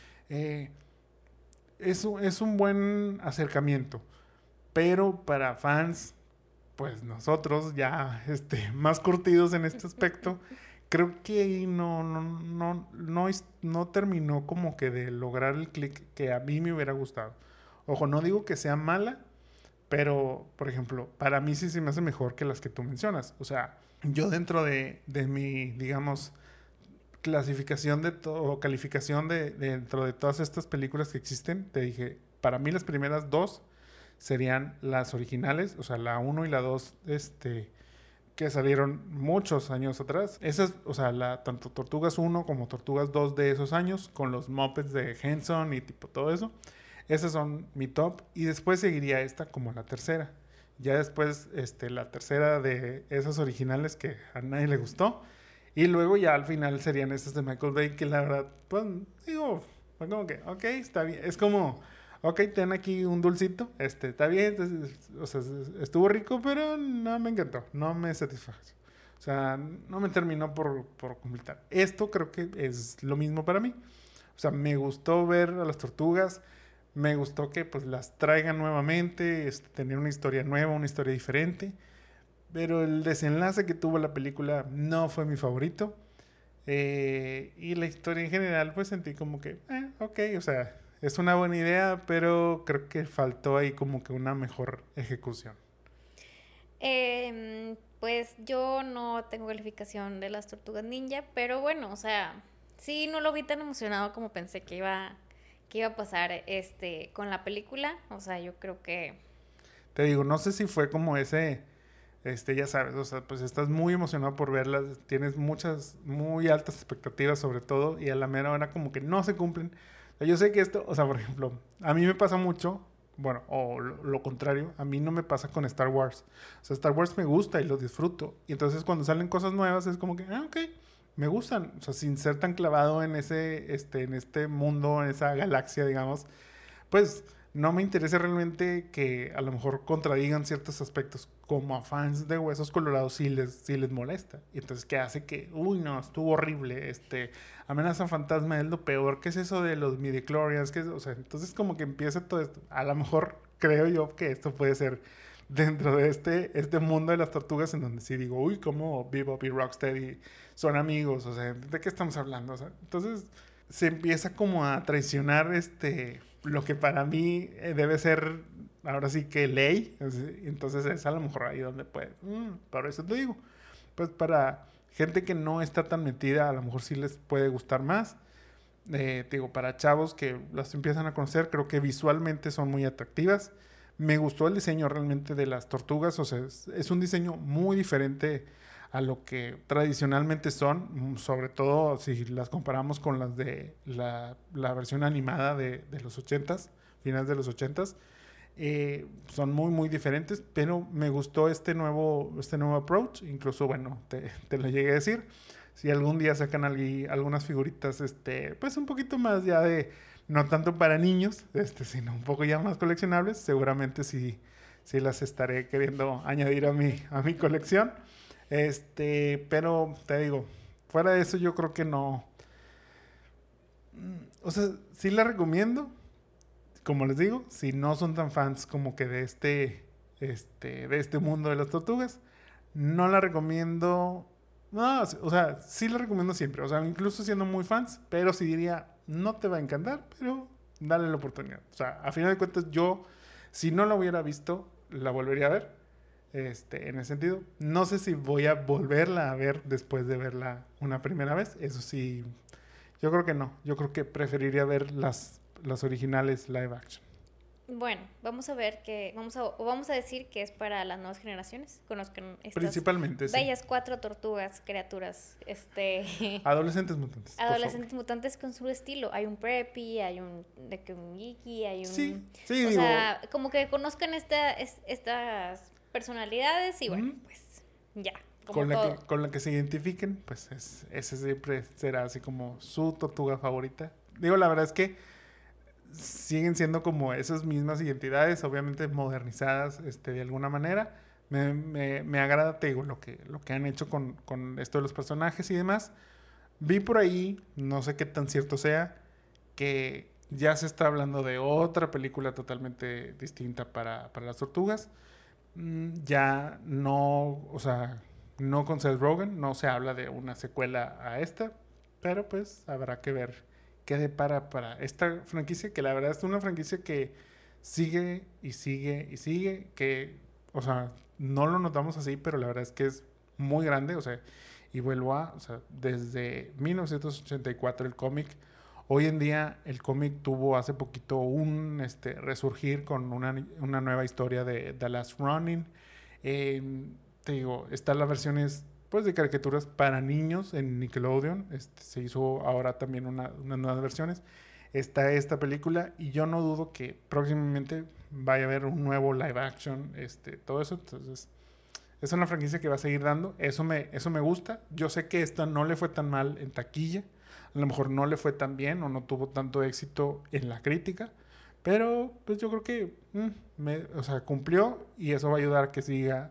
Speaker 1: Es un buen acercamiento, pero para fans, pues nosotros ya más curtidos en este aspecto, creo que ahí no terminó como que de lograr el click que a mí me hubiera gustado. Ojo, no digo que sea mala, pero, por ejemplo, para mí sí se me hace mejor que las que tú mencionas. O sea, yo dentro de mi, digamos, clasificación o calificación dentro de todas estas películas que existen, te dije, para mí las primeras dos serían las originales, o sea, la 1 y la 2, que salieron muchos años atrás. Esas, o sea, tanto Tortugas 1 como Tortugas 2 de esos años, con los Muppets de Henson y tipo todo eso. Esas son mi top. Y después seguiría esta como la tercera. Ya después, la tercera de esas originales que a nadie le gustó. Y luego ya al final serían estas de Michael Bay, que la verdad, pues, digo, fue como que, ok, está bien. Es como, ok, ten aquí un dulcito, está bien, o sea, estuvo rico, pero no me encantó, no me satisfajo. O sea, no me terminó por completar. Esto creo que es lo mismo para mí. O sea, me gustó ver a las tortugas, me gustó que pues las traigan nuevamente, tener una historia nueva, una historia diferente. Pero el desenlace que tuvo la película no fue mi favorito. Y la historia en general, pues sentí como que, ok, o sea, es una buena idea, pero creo que faltó ahí como que una mejor ejecución.
Speaker 2: Pues yo no tengo calificación de las Tortugas Ninja, pero bueno, o sea, sí, no lo vi tan emocionado como pensé que iba a pasar con la película. O sea, yo creo que...
Speaker 1: Te digo, no sé si fue como ese, ya sabes, o sea, pues estás muy emocionado por verlas, tienes muchas, muy altas expectativas sobre todo, y a la mera hora como que no se cumplen. O sea, yo sé que esto, o sea, por ejemplo, a mí me pasa mucho bueno, o lo contrario, a mí no me pasa con Star Wars. O sea, Star Wars me gusta y lo disfruto. Y entonces cuando salen cosas nuevas es como que, ok, me gustan. O sea, sin ser tan clavado en en este mundo, en esa galaxia, digamos, pues no me interesa realmente que a lo mejor contradigan ciertos aspectos. Como a fans de Huesos Colorados sí les molesta. Y entonces, ¿qué hace que, uy, no, estuvo horrible, Amenaza Fantasma es lo peor, ¿qué es eso de los midichlorians? O sea, entonces como que empieza todo esto. A lo mejor creo yo que esto puede ser dentro de este mundo de las tortugas en donde sí digo, uy, cómo Bebop y Rocksteady son amigos, o sea, ¿de qué estamos hablando? O sea, entonces se empieza como a traicionar lo que para mí debe ser ahora sí que ley. Entonces es a lo mejor ahí donde puede. Por eso te digo, pues para gente que no está tan metida, a lo mejor sí les puede gustar más. Te digo, para chavos que las empiezan a conocer, creo que visualmente son muy atractivas. Me gustó el diseño realmente de las tortugas, o sea, es un diseño muy diferente a lo que tradicionalmente son, sobre todo si las comparamos con las de la versión animada de los 80s, finales de los 80s. Son muy, muy diferentes, pero me gustó este nuevo approach. Incluso, bueno, te lo llegué a decir. Si algún día sacan algunas figuritas, pues un poquito más ya de, no tanto para niños, sino un poco ya más coleccionables, seguramente sí las estaré queriendo añadir a mi colección. Pero te digo, fuera de eso yo creo que no. O sea, sí la recomiendo. Como les digo, si no son tan fans como que de este mundo de las tortugas, no la recomiendo. No, o sea, sí la recomiendo siempre. O sea, incluso siendo muy fans, pero sí diría, no te va a encantar, pero dale la oportunidad. O sea, a final de cuentas, yo, si no la hubiera visto, la volvería a ver. En ese sentido. No sé si voy a volverla a ver después de verla una primera vez. Eso sí, yo creo que no. Yo creo que preferiría ver las originales live action.
Speaker 2: Bueno, vamos a ver vamos a decir que es para las nuevas generaciones. Conozcan estas
Speaker 1: principalmente,
Speaker 2: bellas 4 tortugas, criaturas,
Speaker 1: adolescentes mutantes.
Speaker 2: Adolescentes mutantes con su estilo. Hay un preppy, hay un geeky, hay un...
Speaker 1: Sí,
Speaker 2: o
Speaker 1: digo,
Speaker 2: sea, como que conozcan estas personalidades y bueno, pues ya.
Speaker 1: Con la que se identifiquen, pues ese siempre será así como su tortuga favorita. Digo, la verdad es que siguen siendo como esas mismas identidades, obviamente modernizadas de alguna manera. Me agrada, te digo, lo que han hecho con esto de los personajes y demás. Vi por ahí, no sé qué tan cierto sea, que ya se está hablando de otra película totalmente distinta para las tortugas. Ya no, o sea, no con Seth Rogen, no se habla de una secuela a esta, pero pues habrá que ver qué depara para esta franquicia, que la verdad es una franquicia que sigue y sigue y sigue, que, o sea, no lo notamos así, pero la verdad es que es muy grande, o sea, y vuelvo o sea, desde 1984 el cómic. Hoy en día el cómic tuvo hace poquito un resurgir con una nueva historia de The Last Running. Te digo, están las versiones pues de caricaturas para niños en Nickelodeon. Se hizo ahora también unas nuevas versiones. Está esta película y yo no dudo que próximamente vaya a haber un nuevo live action, todo eso. Entonces, es una franquicia que va a seguir dando. Eso me gusta. Yo sé que esta no le fue tan mal en taquilla. A lo mejor no le fue tan bien o no tuvo tanto éxito en la crítica. Pero pues yo creo que o sea, cumplió y eso va a ayudar a que siga.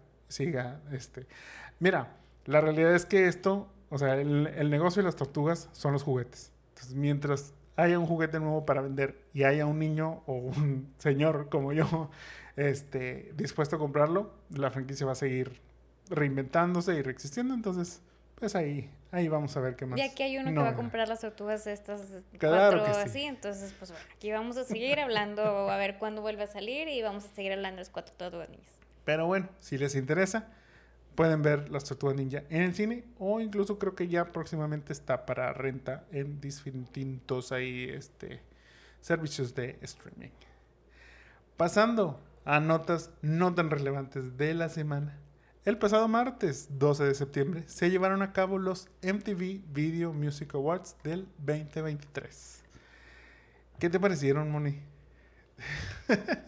Speaker 1: Mira, la realidad es que o sea, el negocio de las tortugas son los juguetes. Entonces, mientras haya un juguete nuevo para vender y haya un niño o un señor como yo dispuesto a comprarlo, la franquicia va a seguir reinventándose y reexistiendo. Entonces, pues ahí vamos a ver qué más.
Speaker 2: Y aquí hay uno que va a comprar las tortugas de estas
Speaker 1: claro
Speaker 2: 4
Speaker 1: que sí.
Speaker 2: así, entonces pues bueno, aquí vamos a seguir hablando a ver cuándo vuelve a salir y vamos a seguir hablando de las 4 tortugas niñas.
Speaker 1: Pero bueno, si les interesa, pueden ver las Tortugas Ninja en el cine o incluso creo que ya próximamente está para renta en distintos ahí servicios de streaming. Pasando a notas no tan relevantes de la semana. El pasado martes 12 de septiembre se llevaron a cabo los MTV Video Music Awards del 2023. ¿Qué te parecieron, Moni?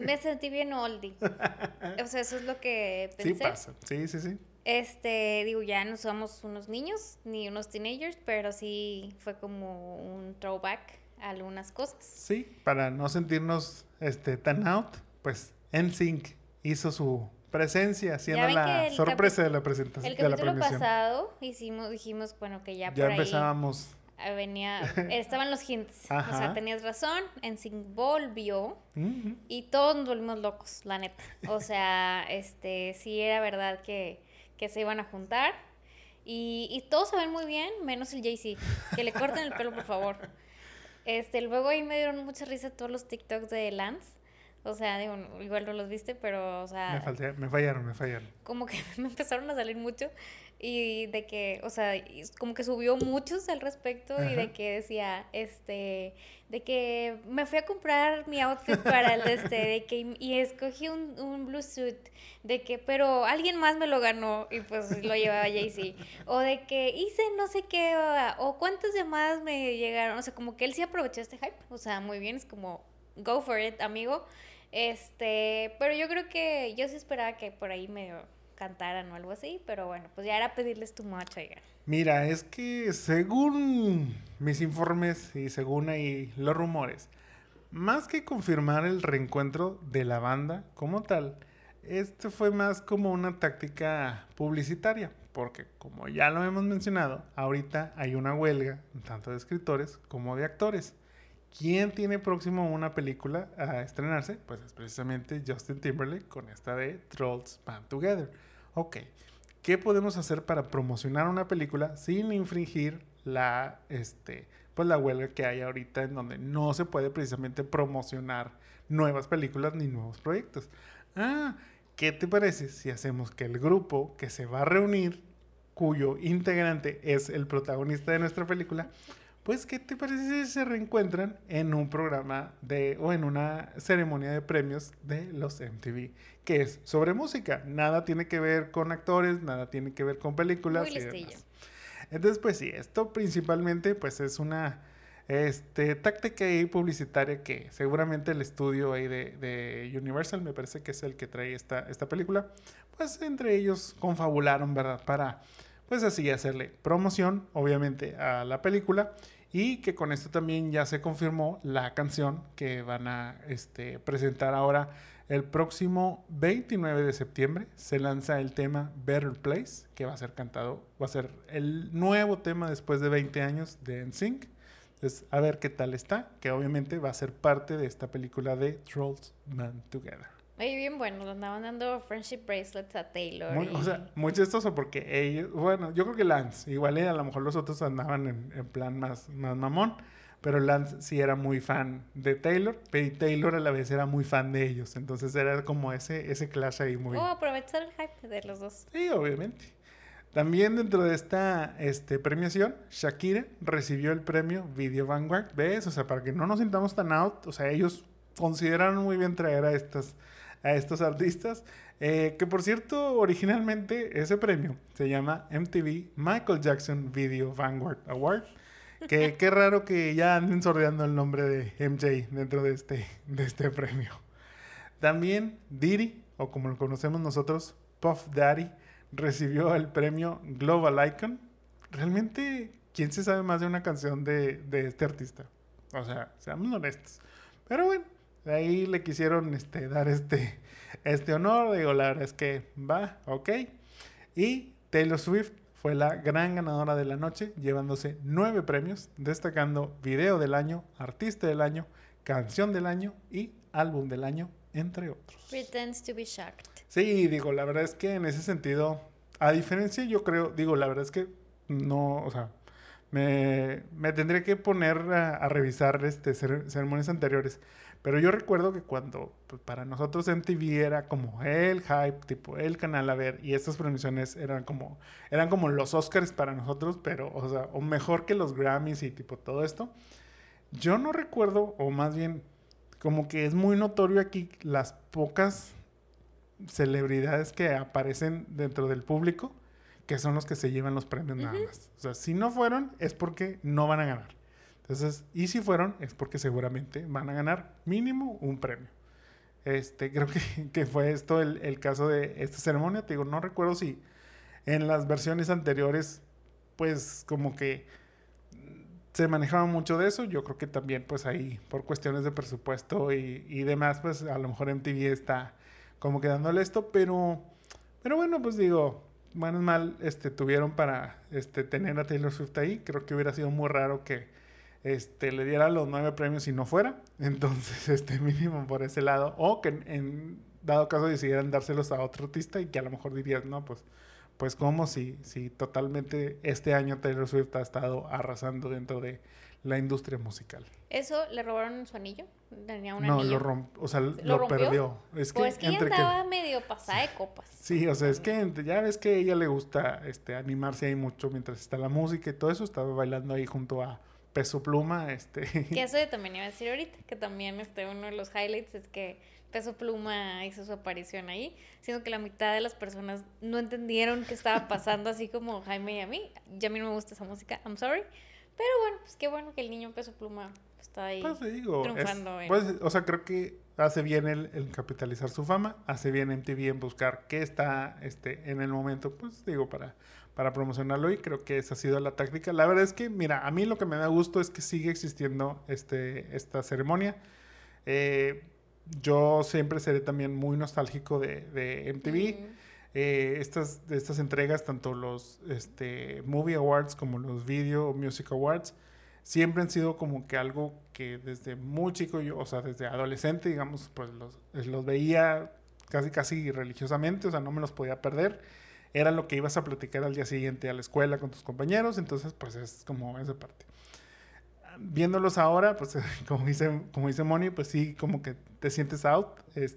Speaker 2: Me sentí bien oldie. O sea, eso es lo que pensé.
Speaker 1: Sí pasa, sí.
Speaker 2: Digo, ya no somos unos niños ni unos teenagers, pero sí fue como un throwback a algunas cosas.
Speaker 1: Sí, para no sentirnos tan out, pues NSYNC hizo su presencia haciendo la sorpresa de la presentación.
Speaker 2: El capítulo pasado dijimos, bueno, que ya por ahí
Speaker 1: empezábamos.
Speaker 2: Estaban los hints.
Speaker 1: Ajá.
Speaker 2: O sea, tenías razón, NSYNC volvió
Speaker 1: Uh-huh.
Speaker 2: y todos nos volvimos locos, la neta. O sea, sí era verdad que se iban a juntar y todos se ven muy bien, menos el Jay-Z. Que le corten el pelo, por favor. Luego ahí me dieron mucha risa todos los TikToks de Lance. O sea, digo, igual no los viste, pero, o sea...
Speaker 1: Me fallaron.
Speaker 2: Como que me empezaron a salir mucho y de que, o sea, como que subió muchos al respecto. Ajá. Y de que decía, de que me fui a comprar mi outfit para el de que, y escogí un blue suit, de que, pero alguien más me lo ganó y pues lo llevaba Jay-Z. O de que hice no sé qué, o cuántas llamadas me llegaron. O sea, como que él sí aprovechó este hype. O sea, muy bien, es como, go for it, amigo. Pero yo creo que yo sí esperaba que por ahí medio cantaran o algo así, pero bueno, pues ya era pedirles too much, oigan.
Speaker 1: Mira, es que según mis informes y según ahí los rumores, más que confirmar el reencuentro de la banda como tal, fue más como una táctica publicitaria, porque como ya lo hemos mencionado, ahorita hay una huelga tanto de escritores como de actores. ¿Quién tiene próximo una película a estrenarse? Pues es precisamente Justin Timberlake con esta de Trolls Band Together. Ok, ¿qué podemos hacer para promocionar una película sin infringir la huelga que hay ahorita en donde no se puede precisamente promocionar nuevas películas ni nuevos proyectos? ¿Qué te parece si hacemos que el grupo que se va a reunir, cuyo integrante es el protagonista de nuestra película, pues, ¿qué te parece si se reencuentran en un programa o en una ceremonia de premios de los MTV? Que es sobre música. Nada tiene que ver con actores, nada tiene que ver con películas.
Speaker 2: Muy listillo.
Speaker 1: Entonces, pues sí, esto principalmente pues es una táctica ahí publicitaria que seguramente el estudio ahí de Universal, me parece que es el que trae esta película, pues entre ellos confabularon, ¿verdad? Para, pues así, hacerle promoción, obviamente, a la película. Y que con esto también ya se confirmó la canción que van a presentar ahora el próximo 29 de septiembre. Se lanza el tema Better Place, que va a ser cantado, va a ser el nuevo tema después de 20 años de NSYNC. Entonces, a ver qué tal está, que obviamente va a ser parte de esta película de Trolls Band Together.
Speaker 2: Oye, bien bueno, le andaban dando friendship bracelets a Taylor.
Speaker 1: O sea, muy chistoso porque ellos, bueno, yo creo que Lance, igual a lo mejor los otros andaban en plan más mamón, pero Lance sí era muy fan de Taylor, y Taylor a la vez era muy fan de ellos, entonces era como ese clash ahí muy...
Speaker 2: aprovechar el hype de los dos.
Speaker 1: Sí, obviamente. También dentro de esta premiación, Shakira recibió el premio Video Vanguard, ¿ves? O sea, para que no nos sintamos tan out, o sea, ellos consideraron muy bien traer a estos artistas, que por cierto, originalmente ese premio se llama MTV Michael Jackson Video Vanguard Award, que qué raro que ya anden sordeando el nombre de MJ dentro de este premio. También Diddy, o como lo conocemos nosotros, Puff Daddy, recibió el premio Global Icon. Realmente, ¿quién se sabe más de una canción de este artista? O sea, seamos honestos. Pero bueno, de ahí le quisieron dar este honor. Digo, la verdad es que va, ok. Y Taylor Swift fue la gran ganadora de la noche, llevándose 9 premios, destacando Video del Año, Artista del Año, Canción del Año y Álbum del Año, entre otros.
Speaker 2: Pretends to be shocked.
Speaker 1: Sí, digo, la verdad es que en ese sentido, a diferencia, yo creo, digo, la verdad es que no, o sea, me tendré que poner a revisar ceremonias anteriores. Pero yo recuerdo que cuando pues, para nosotros MTV era como el hype, tipo el canal a ver, y estas premiaciones eran como los Oscars para nosotros, pero, o sea, o mejor que los Grammys y tipo todo esto. Yo no recuerdo, o más bien, como que es muy notorio aquí las pocas celebridades que aparecen dentro del público, que son los que se llevan los premios nada más. O sea, si no fueron, es porque no van a ganar. Entonces, y si fueron, es porque seguramente van a ganar mínimo un premio. Creo que fue esto el caso de esta ceremonia. Te digo, no recuerdo si en las versiones anteriores, pues como que se manejaba mucho de eso. Yo creo que también, pues ahí, por cuestiones de presupuesto y demás, pues a lo mejor MTV está como que dándole esto, pero bueno, pues digo, menos mal, tuvieron para, tener a Taylor Swift ahí. Creo que hubiera sido muy raro que, le diera los 9 premios y no fuera. Entonces, mínimo por ese lado. O que en dado caso decidieran dárselos a otro artista y que a lo mejor dirías, no, pues como si totalmente este año Taylor Swift ha estado arrasando dentro de la industria musical.
Speaker 2: ¿Eso le robaron su anillo? Tenía un
Speaker 1: No,
Speaker 2: anillo.
Speaker 1: lo perdió.
Speaker 2: Pues que ella andaba medio pasada de copas.
Speaker 1: Sí, o sea, es que ya ves que a ella le gusta animarse ahí mucho mientras está la música y todo eso. Estaba bailando ahí junto a Peso Pluma.
Speaker 2: Que eso yo también iba a decir ahorita, que también uno de los highlights es que Peso Pluma hizo su aparición ahí, siendo que la mitad de las personas no entendieron qué estaba pasando, así como Jaime y a mí. Ya a mí no me gusta esa música, I'm sorry. Pero bueno, pues qué bueno que el niño Peso Pluma está ahí triunfando.
Speaker 1: O sea, creo que hace bien el capitalizar su fama, hace bien MTV en buscar qué está en el momento, pues digo, para promocionarlo, y creo que esa ha sido la táctica. La verdad es que, mira, a mí lo que me da gusto es que sigue existiendo esta ceremonia. Yo siempre seré también muy nostálgico de MTV. Estas entregas, tanto los Movie Awards como los Video Music Awards, siempre han sido como que algo que desde muy chico, o sea, desde adolescente, digamos, pues los veía casi religiosamente, o sea, no me los podía perder. Era lo que ibas a platicar al día siguiente a la escuela con tus compañeros, entonces pues es como esa parte. Viéndolos ahora, pues como dice Moni, pues sí, como que te sientes out,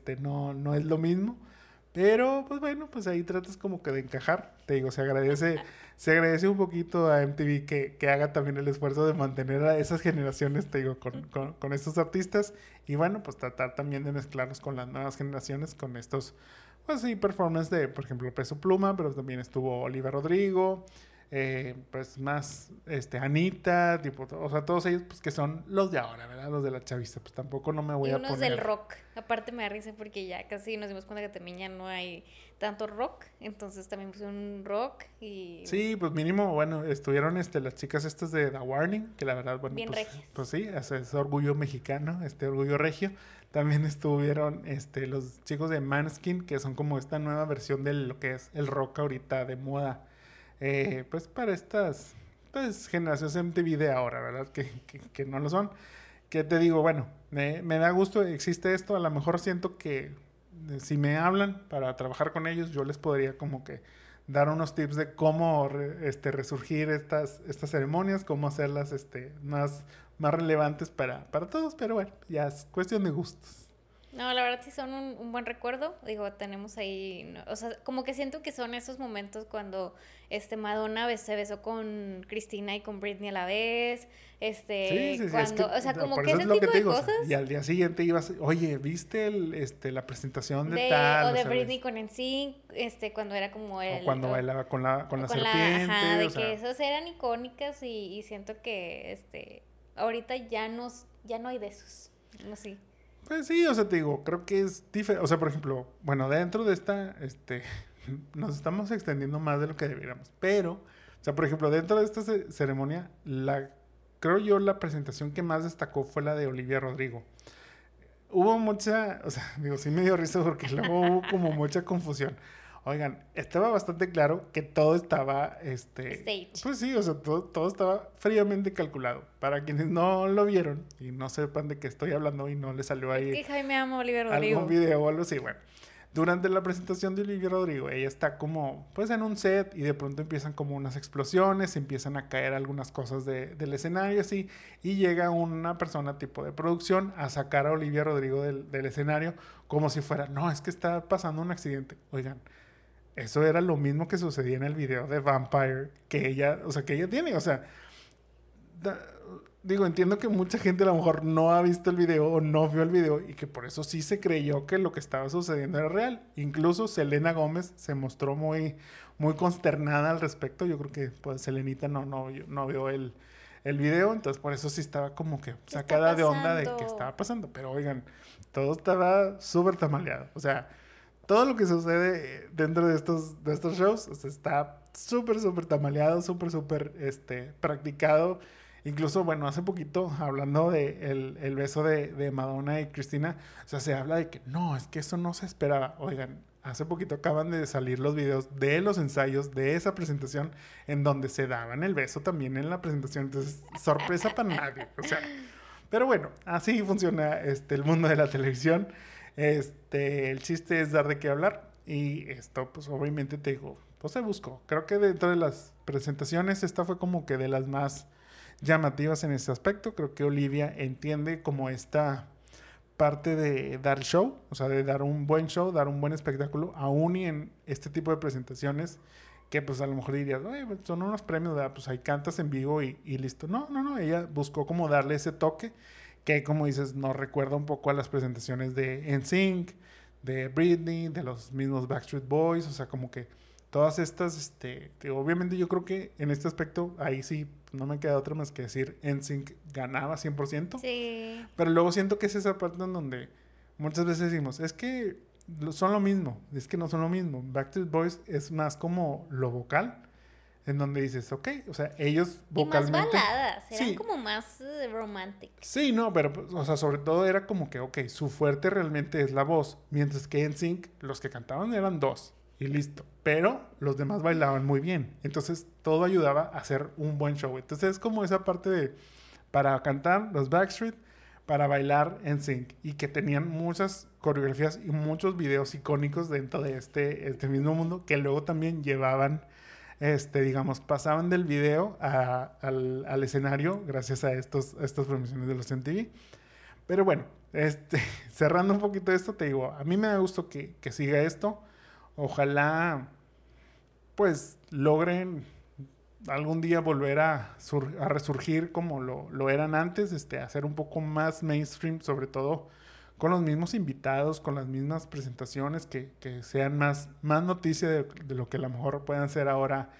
Speaker 1: no es lo mismo. Pero, pues bueno, pues ahí tratas como que de encajar. Te digo, se agradece un poquito a MTV que haga también el esfuerzo de mantener a esas generaciones, te digo, con estos artistas. Y bueno, pues tratar también de mezclarlos con las nuevas generaciones, con estos, pues sí, performances de, por ejemplo, Peso Pluma, pero también estuvo Olivia Rodrigo, pues más Anita, tipo, o sea, todos ellos pues que son los de ahora, ¿verdad? Los de la chaviza, pues tampoco no me voy a poner.
Speaker 2: Y unos del rock, aparte me da risa porque ya casi nos dimos cuenta que también ya no hay tanto rock, entonces también puse un rock y...
Speaker 1: Sí, pues mínimo, bueno, estuvieron las chicas estas de The Warning, que la verdad, bueno,
Speaker 2: bien regias.
Speaker 1: Pues sí, es orgullo mexicano, orgullo regio. También estuvieron los chicos de Maneskin, que son como esta nueva versión de lo que es el rock ahorita de moda. Pues para estas pues generaciones MTV de ahora, ¿verdad? Que no lo son. Que te digo, bueno, me da gusto, existe esto. A lo mejor siento que si me hablan para trabajar con ellos, yo les podría como que dar unos tips de cómo resurgir estas ceremonias, cómo hacerlas más relevantes para todos. Pero bueno, ya es cuestión de gustos.
Speaker 2: No, la verdad sí son un buen recuerdo. Digo, tenemos ahí, o sea, como que siento que son esos momentos cuando Madonna se besó con Cristina y con Britney a la vez.
Speaker 1: Sí,
Speaker 2: cuando,
Speaker 1: es que,
Speaker 2: o sea, como que
Speaker 1: eso
Speaker 2: ese
Speaker 1: es lo
Speaker 2: tipo
Speaker 1: que te
Speaker 2: de
Speaker 1: digo,
Speaker 2: cosas.
Speaker 1: O sea, y al día siguiente ibas, oye, ¿viste la presentación de tal?
Speaker 2: O de Britney con NSYNC, cuando era como
Speaker 1: o cuando bailaba con la serpiente.
Speaker 2: Ajá, de que esas eran icónicas y siento que ahorita ya no hay de esos. No sé.
Speaker 1: Pues sí, o sea, te digo, creo que es diferente. O sea, por ejemplo, bueno, dentro de esta, nos estamos extendiendo más de lo que deberíamos. Pero, o sea, por ejemplo, dentro de esta ceremonia, creo yo la presentación que más destacó fue la de Olivia Rodrigo. Hubo mucha, o sea, digo, sí me dio risa porque luego hubo como mucha confusión. Oigan, estaba bastante claro que todo estaba,
Speaker 2: Stage.
Speaker 1: Pues sí, o sea, todo estaba fríamente calculado. Para quienes no lo vieron y no sepan de qué estoy hablando y no les salió ahí...
Speaker 2: Es que Jaime ama a Olivia Rodrigo.
Speaker 1: Algún video o algo así, bueno. Durante la presentación de Olivia Rodrigo, ella está como, pues en un set y de pronto empiezan como unas explosiones, empiezan a caer algunas cosas del escenario así, y llega una persona tipo de producción a sacar a Olivia Rodrigo del escenario como si fuera, no, es que está pasando un accidente. Oigan, eso era lo mismo que sucedía en el video de Vampire que ella tiene, o sea, digo, entiendo que mucha gente a lo mejor no ha visto el video o no vio el video y que por eso sí se creyó que lo que estaba sucediendo era real. Incluso Selena Gómez se mostró muy, muy consternada al respecto. Yo creo que pues Selenita no vio el el video, entonces por eso sí estaba como que sacada de onda de qué estaba pasando. Pero oigan, todo estaba súper tamaleado. O sea, todo lo que sucede dentro de estos shows, o sea, está súper tamaleado, súper practicado. Incluso, bueno, hace poquito, hablando de el beso de Madonna y Cristina, o sea, se habla de que no, es que eso no se esperaba. Oigan, hace poquito acaban de salir los videos de los ensayos de esa presentación en donde se daban el beso también en la presentación. Entonces, sorpresa para nadie. O sea, pero bueno, así funciona el mundo de la televisión. El chiste es dar de qué hablar. Y esto, pues obviamente te digo, pues se buscó. Creo que dentro de las presentaciones, esta fue como que de las más llamativas en ese aspecto. Creo que Olivia entiende como esta parte de dar show, o sea, de dar un buen show, dar un buen espectáculo, aún y en este tipo de presentaciones que pues a lo mejor dirías, oye, son unos premios, ¿verdad? Pues ahí cantas en vivo y listo. No, ella buscó como darle ese toque que, como dices, nos recuerda un poco a las presentaciones de NSYNC, de Britney, de los mismos Backstreet Boys, o sea, como que todas estas, obviamente yo creo que en este aspecto, ahí sí, no me queda otra más que decir, NSYNC ganaba 100%.
Speaker 2: Sí.
Speaker 1: Pero luego siento que es esa parte en donde muchas veces decimos, es que son lo mismo, es que no son lo mismo. Backstreet Boys es más como lo vocal, en donde dices, ok, o sea, ellos vocalmente...
Speaker 2: Y más baladas, eran
Speaker 1: sí,
Speaker 2: como más romantic.
Speaker 1: Sí, no, pero, o sea, sobre todo era como que, ok, su fuerte realmente es la voz, mientras que en Sync los que cantaban eran dos y listo, pero los demás bailaban muy bien, entonces todo ayudaba a hacer un buen show. Entonces es como esa parte de, para cantar los Backstreet, para bailar en Sync, y que tenían muchas coreografías y muchos videos icónicos dentro de este mismo mundo, que luego también llevaban digamos, pasaban del video al escenario gracias a estas promociones de los MTV. Pero bueno, cerrando un poquito esto, te digo, a mí me da gusto que siga esto. Ojalá, pues, logren algún día volver a resurgir como lo eran antes, hacer un poco más mainstream, sobre todo con los mismos invitados, con las mismas presentaciones, que sean más noticia de lo que a lo mejor puedan ser ahora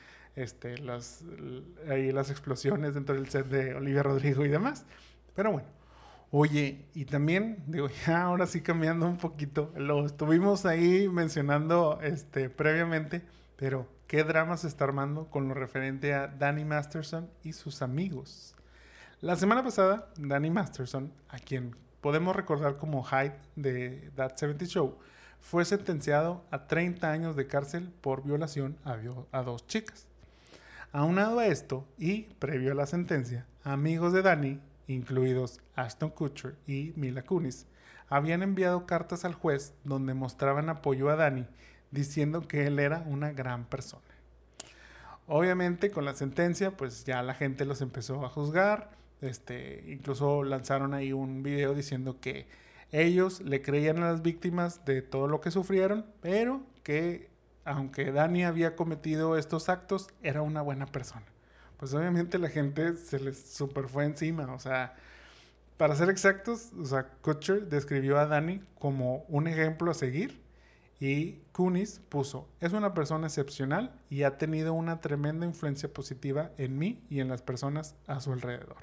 Speaker 1: las explosiones dentro del set de Olivia Rodrigo y demás. Pero bueno, oye, y también, digo, ya ahora sí cambiando un poquito, lo estuvimos ahí mencionando previamente, pero ¿qué drama se está armando con lo referente a Danny Masterson y sus amigos? La semana pasada, Danny Masterson, a quien podemos recordar como Hyde de That 70 Show, fue sentenciado a 30 años de cárcel por violación a dos chicas. Aunado a esto, y previo a la sentencia, amigos de Danny, incluidos Ashton Kutcher y Mila Kunis, habían enviado cartas al juez donde mostraban apoyo a Danny, diciendo que él era una gran persona. Obviamente, con la sentencia, pues ya la gente los empezó a juzgar. Incluso lanzaron ahí un video diciendo que ellos le creían a las víctimas de todo lo que sufrieron, pero que aunque Danny había cometido estos actos, era una buena persona. Pues obviamente la gente se les super fue encima, o sea, para ser exactos, o sea, Kutcher describió a Danny como un ejemplo a seguir, y Kunis puso, es una persona excepcional y ha tenido una tremenda influencia positiva en mí y en las personas a su alrededor.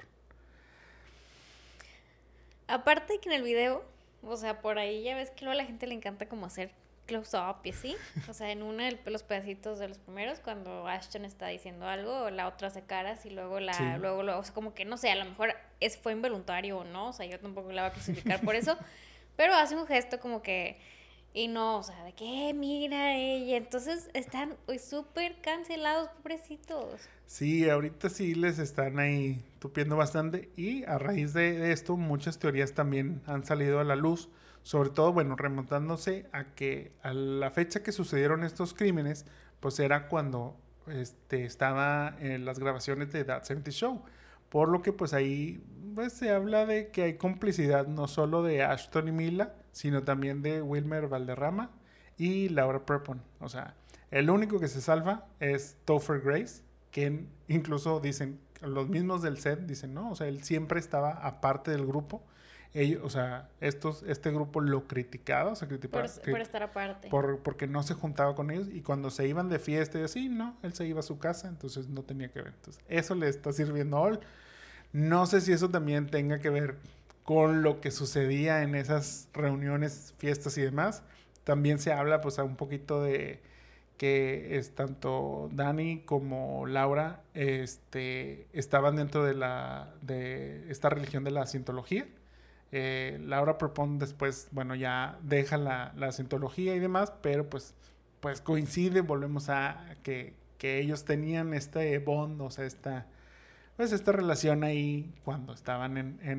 Speaker 2: Aparte que en el video, o sea, por ahí ya ves que luego a la gente le encanta como hacer close-up y así. O sea, en uno de los pedacitos de los primeros, cuando Ashton está diciendo algo, la otra hace caras y luego
Speaker 1: Sí.
Speaker 2: luego, o sea, como que no sé, a lo mejor fue involuntario o no, o sea, yo tampoco la voy a clasificar por eso, pero hace un gesto como que, y no, o sea, de que mira ella, entonces están súper cancelados, pobrecitos.
Speaker 1: Sí, ahorita sí les están ahí tupiendo bastante, y a raíz de esto muchas teorías también han salido a la luz, sobre todo, bueno, remontándose a que a la fecha que sucedieron estos crímenes, pues era cuando estaba en las grabaciones de That 70 Show, por lo que pues ahí pues, se habla de que hay complicidad no solo de Ashton y Mila, sino también de Wilmer Valderrama y Laura Prepon. O sea, el único que se salva es Topher Grace, que incluso dicen, los mismos del set dicen, no, o sea, él siempre estaba aparte del grupo. Ellos, o sea, este grupo lo criticaba, o sea,
Speaker 2: por estar aparte.
Speaker 1: Porque no se juntaba con ellos, y cuando se iban de fiesta y así, no, él se iba a su casa, entonces no tenía que ver. Entonces, eso le está sirviendo a él. No sé si eso también tenga que ver con lo que sucedía en esas reuniones, fiestas y demás. También se habla pues un poquito de que es tanto Dani como Laura estaban dentro de esta religión de la cientología. Laura propone después, bueno, ya deja la cientología y demás, pero pues coincide, volvemos a que ellos tenían este bond, o sea, esta relación ahí cuando estaban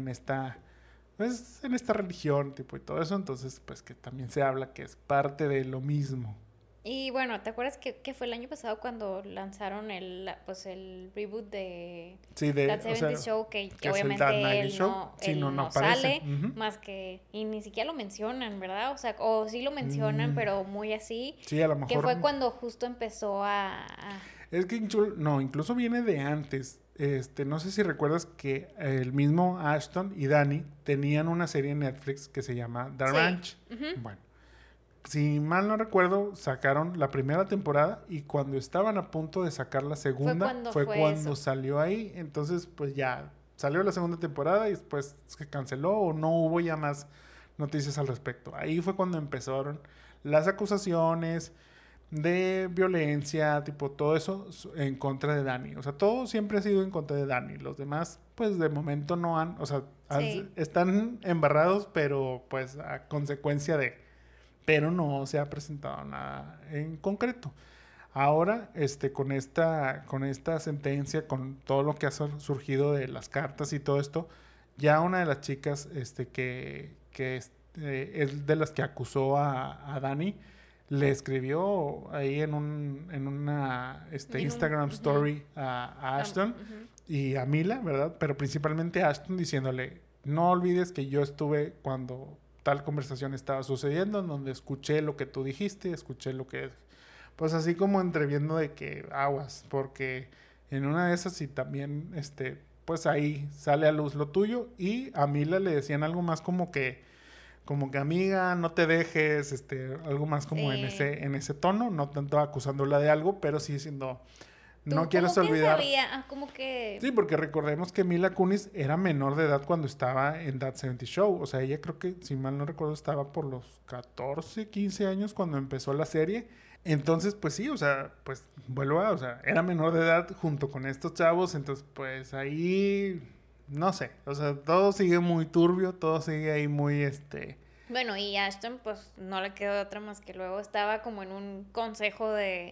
Speaker 1: en esta religión, tipo, y todo eso. Entonces, pues que también se habla que es parte de lo mismo.
Speaker 2: Y bueno, ¿te acuerdas que fue el año pasado cuando lanzaron el reboot de
Speaker 1: Sí,
Speaker 2: That
Speaker 1: o sea,
Speaker 2: 70 Show? Que
Speaker 1: que es el That
Speaker 2: obviamente
Speaker 1: 90 Show. Sí,
Speaker 2: él
Speaker 1: no
Speaker 2: no
Speaker 1: aparece.
Speaker 2: sale, más que, y ni siquiera lo mencionan, ¿verdad? O sea, o sí lo mencionan, pero muy así.
Speaker 1: Sí, a lo
Speaker 2: Que
Speaker 1: mejor.
Speaker 2: fue cuando justo empezó
Speaker 1: Es que incluso viene de antes. No sé si recuerdas que el mismo Ashton y Dani tenían una serie en Netflix que se llama The
Speaker 2: Sí.
Speaker 1: Ranch. Bueno, si mal no recuerdo, sacaron la primera temporada y cuando estaban a punto de sacar la segunda fue cuando salió ahí. Entonces, pues ya salió la segunda temporada y después se canceló o no hubo ya más noticias al respecto. Ahí fue cuando empezaron las acusaciones de violencia, tipo todo eso en contra de Dani. O sea, todo siempre ha sido en contra de Dani. Los demás, pues de momento no han, o sea,
Speaker 2: Sí.
Speaker 1: están embarrados, pero pues a consecuencia de, pero no se ha presentado nada en concreto. Ahora, con esta sentencia, con todo lo que ha surgido de las cartas y todo esto, ya una de las chicas, es de las que acusó a Dani, le escribió ahí en una Instagram story a Ashton y a Mila, ¿verdad? Pero principalmente a Ashton diciéndole, no olvides que yo estuve cuando tal conversación estaba sucediendo, en donde escuché lo que tú dijiste, escuché lo que... Pues así como entreviendo de que aguas, porque en una de esas y también, pues ahí sale a luz lo tuyo. Y a Mila le decían algo más como que amiga, no te dejes, algo más como
Speaker 2: Sí.
Speaker 1: en ese tono, no tanto acusándola de algo, pero sí diciendo, no
Speaker 2: ¿Tú
Speaker 1: quieres
Speaker 2: cómo que
Speaker 1: olvidar.
Speaker 2: sabía? Como que...
Speaker 1: Sí, porque recordemos que Mila Kunis era menor de edad cuando estaba en That 70 Show. O sea, ella creo que, si mal no recuerdo, estaba por los 14, 15 años cuando empezó la serie. Entonces, pues sí, o sea, pues o sea, era menor de edad junto con estos chavos. Entonces, pues ahí, no sé. O sea, todo sigue muy turbio, todo sigue ahí muy,
Speaker 2: Bueno, y Ashton, pues no le quedó otra más que luego estaba como en un consejo de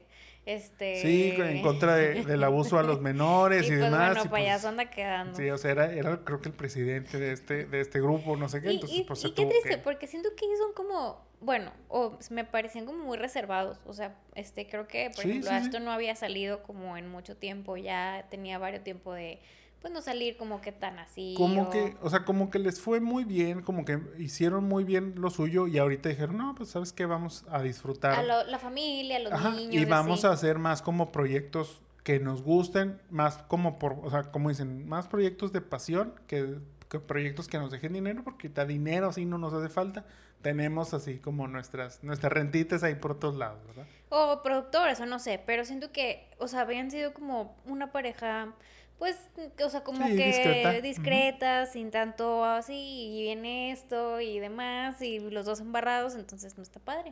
Speaker 1: Sí, en contra del abuso a los menores y
Speaker 2: pues
Speaker 1: demás.
Speaker 2: bueno,
Speaker 1: Y
Speaker 2: para allá
Speaker 1: pues,
Speaker 2: se anda quedando.
Speaker 1: sí, o sea, era creo que el presidente de este grupo, no sé qué. Entonces, pues se
Speaker 2: Y qué
Speaker 1: tuvo
Speaker 2: triste,
Speaker 1: que...
Speaker 2: porque siento que ellos son como, bueno, o me parecían como muy reservados. O sea, creo que, por
Speaker 1: Sí,
Speaker 2: ejemplo,
Speaker 1: sí, sí.
Speaker 2: Ashton no había salido como en mucho tiempo, ya tenía varios tiempo de, pues no salir como que tan así.
Speaker 1: Como que, o sea, como que les fue muy bien, como que hicieron muy bien lo suyo y ahorita dijeron, no, pues sabes qué, vamos a disfrutar.
Speaker 2: La familia, los
Speaker 1: Ajá,
Speaker 2: niños,
Speaker 1: y vamos
Speaker 2: así.
Speaker 1: a hacer más como proyectos que nos gusten, más como o sea, como dicen, más proyectos de pasión que proyectos que nos dejen dinero, porque da dinero así no nos hace falta. Tenemos así como nuestras rentitas ahí por otros lados, ¿verdad?
Speaker 2: O productores, o no sé, pero siento que, o sea, habían sido como una pareja, pues, o sea, como
Speaker 1: Sí, discreta.
Speaker 2: que discreta, sin tanto así, y viene esto y demás, y los dos embarrados, entonces no está padre.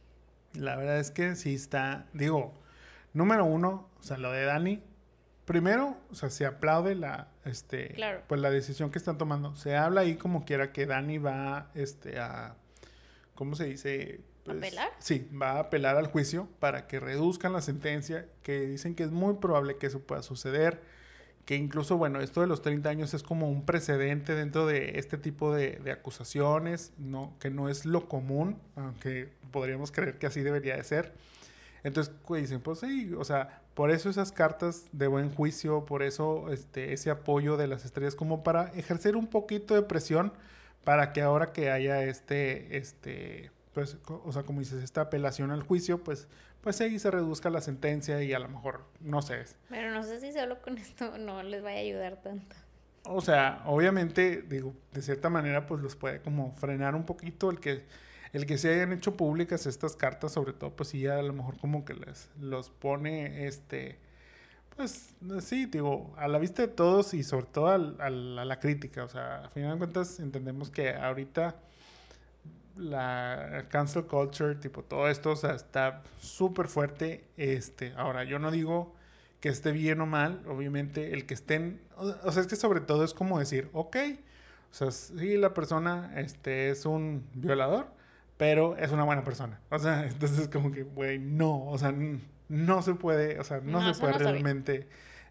Speaker 1: La verdad es que sí está, digo, número uno, o sea, lo de Dani, primero, o sea, se aplaude
Speaker 2: Claro.
Speaker 1: pues la decisión que están tomando. Se habla ahí como quiera que Dani va, ¿cómo se dice? Pues,
Speaker 2: ¿Apelar?
Speaker 1: sí, va a apelar al juicio para que reduzcan la sentencia, que dicen que es muy probable que eso pueda suceder, que incluso, bueno, esto de los 30 años es como un precedente dentro de este tipo de acusaciones, que no es lo común, aunque podríamos creer que así debería de ser. Entonces pues, dicen, pues sí, o sea, por eso esas cartas de buen juicio, por eso ese apoyo de las estrellas, como para ejercer un poquito de presión para que ahora que haya pues, o sea, como dices, esta apelación al juicio, pues ahí se reduzca la sentencia y a lo mejor, no sé.
Speaker 2: Pero no sé si solo con esto no les vaya a ayudar tanto.
Speaker 1: O sea, obviamente, digo, de cierta manera, pues los puede como frenar un poquito el que se hayan hecho públicas estas cartas, sobre todo, pues sí, a lo mejor como que los pone, Pues sí, digo, a la vista de todos y sobre todo a la crítica, o sea, a final de cuentas entendemos que ahorita la cancel culture, tipo todo esto, o sea, está súper fuerte. Ahora, yo no digo que esté bien o mal, obviamente el que estén, o sea, es que sobre todo es como decir, ok, o sea, sí, la persona, es un violador, pero es una buena persona. O sea, entonces como que, güey, no, o sea, no se puede, o sea, no
Speaker 2: No,
Speaker 1: se
Speaker 2: eso
Speaker 1: puede
Speaker 2: no está bien.
Speaker 1: realmente,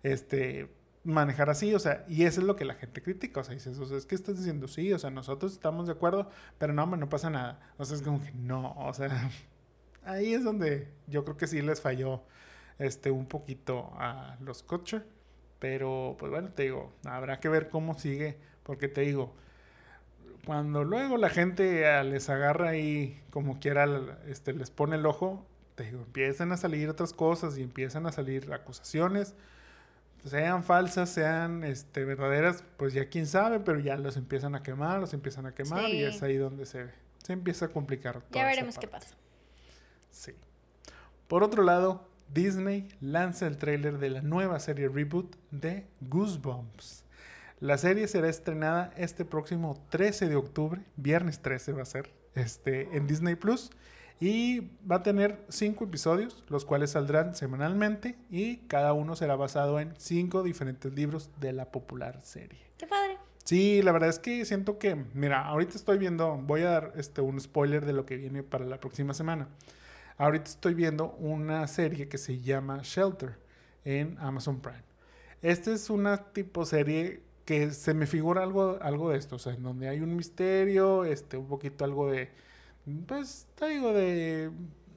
Speaker 1: manejar así, o sea, y eso es lo que la gente critica, o sea, dices, o sea, es que estás diciendo, sí, o sea, nosotros estamos de acuerdo, pero no, hombre, no pasa nada. O sea, es como que no, o sea, ahí es donde yo creo que sí les falló, un poquito a los Kutcher, pero pues bueno, te digo, habrá que ver cómo sigue, porque te digo, cuando luego la gente les agarra y como quiera, les pone el ojo, te digo, empiezan a salir otras cosas y empiezan a salir acusaciones, sean falsas, sean verdaderas, pues ya quién sabe, pero ya los empiezan a quemar, y es
Speaker 2: Sí,
Speaker 1: ahí donde se empieza a complicar
Speaker 2: ya
Speaker 1: toda esa
Speaker 2: veremos qué
Speaker 1: parte.
Speaker 2: pasa.
Speaker 1: Sí. Por otro lado, Disney lanza el tráiler de la nueva serie reboot de Goosebumps. La serie será estrenada este próximo 13 de octubre, viernes 13 va a ser, en Disney Plus. Y va a tener 5 episodios, los cuales saldrán semanalmente y cada uno será basado en 5 diferentes libros de la popular serie.
Speaker 2: Qué padre.
Speaker 1: Sí, la verdad es que siento que, mira, ahorita estoy viendo, voy a dar un spoiler de lo que viene para la próxima semana. Ahorita estoy viendo una serie que se llama Shelter en Amazon Prime. Esta es una tipo serie que se me figura algo de esto, o sea, en donde hay un misterio, un poquito algo de, pues, te digo, de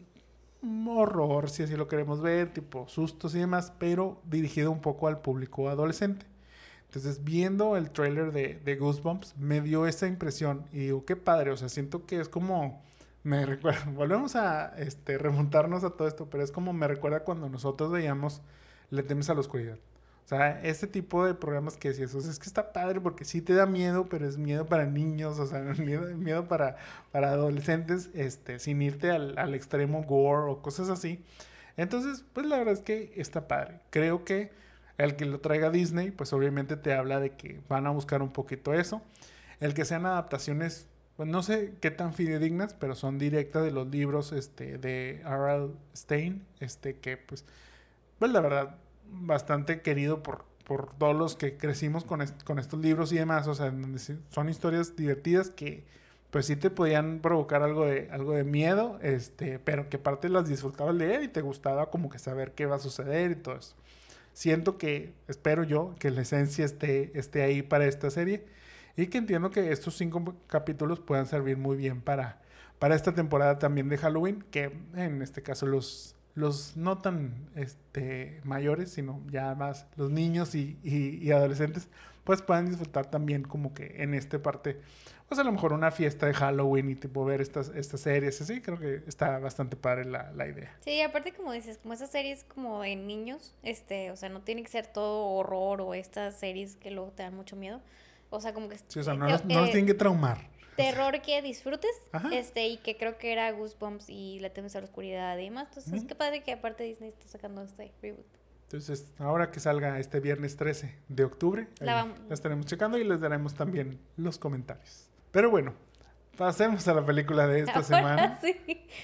Speaker 1: horror, si así lo queremos ver, tipo sustos y demás, pero dirigido un poco al público adolescente. Entonces, viendo el tráiler de Goosebumps, me dio esa impresión y digo, qué padre, o sea, siento que es como, me recuerda, volvemos a remontarnos a todo esto, pero es como me recuerda cuando nosotros veíamos Le temes a la oscuridad. O sea, este tipo de programas que decías, o sea, es que está padre porque sí te da miedo, pero es miedo para niños, o sea, miedo para adolescentes, sin irte al extremo gore o cosas así. Entonces, pues la verdad es que está padre. Creo que el que lo traiga Disney, pues obviamente te habla de que van a buscar un poquito eso. El que sean adaptaciones, pues no sé qué tan fidedignas, pero son directas de los libros de R.L. Stein, que pues la verdad, bastante querido por todos los que crecimos con estos libros y demás. O sea, donde son historias divertidas que pues sí te podían provocar algo de miedo, pero que aparte las disfrutabas leer y te gustaba como que saber qué va a suceder y todo eso. Siento que, espero yo, que la esencia esté ahí para esta serie y que entiendo que estos 5 capítulos puedan servir muy bien para esta temporada también de Halloween, que en este caso los no tan mayores, sino ya más los niños y adolescentes, pues puedan disfrutar también como que en esta parte, pues a lo mejor una fiesta de Halloween y tipo ver estas series, así creo que está bastante padre la idea.
Speaker 2: Sí, aparte como dices, como esas series como de niños, o sea, no tiene que ser todo horror o estas series que luego te dan mucho miedo. O sea, como que
Speaker 1: Sí, o sea, no los tienen que traumar.
Speaker 2: terror que disfrutes,
Speaker 1: Ajá.
Speaker 2: y que creo que era Goosebumps y La temes a la oscuridad y demás. Entonces, qué padre que aparte Disney está sacando este reboot.
Speaker 1: Entonces, ahora que salga este viernes 13 de octubre, ahí la estaremos checando y les daremos también los comentarios. Pero bueno, pasemos a la película de esta semana,
Speaker 2: Sí.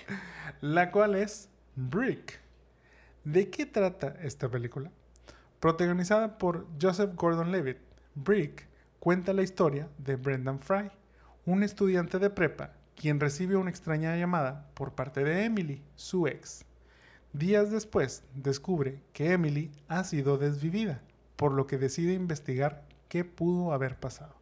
Speaker 1: la cual es Brick. ¿De qué trata esta película? Protagonizada por Joseph Gordon-Levitt, Brick cuenta la historia de Brendan Fry, un estudiante de prepa quien recibe una extraña llamada por parte de Emily, su ex. Días después, descubre que Emily ha sido desvivida, por lo que decide investigar qué pudo haber pasado.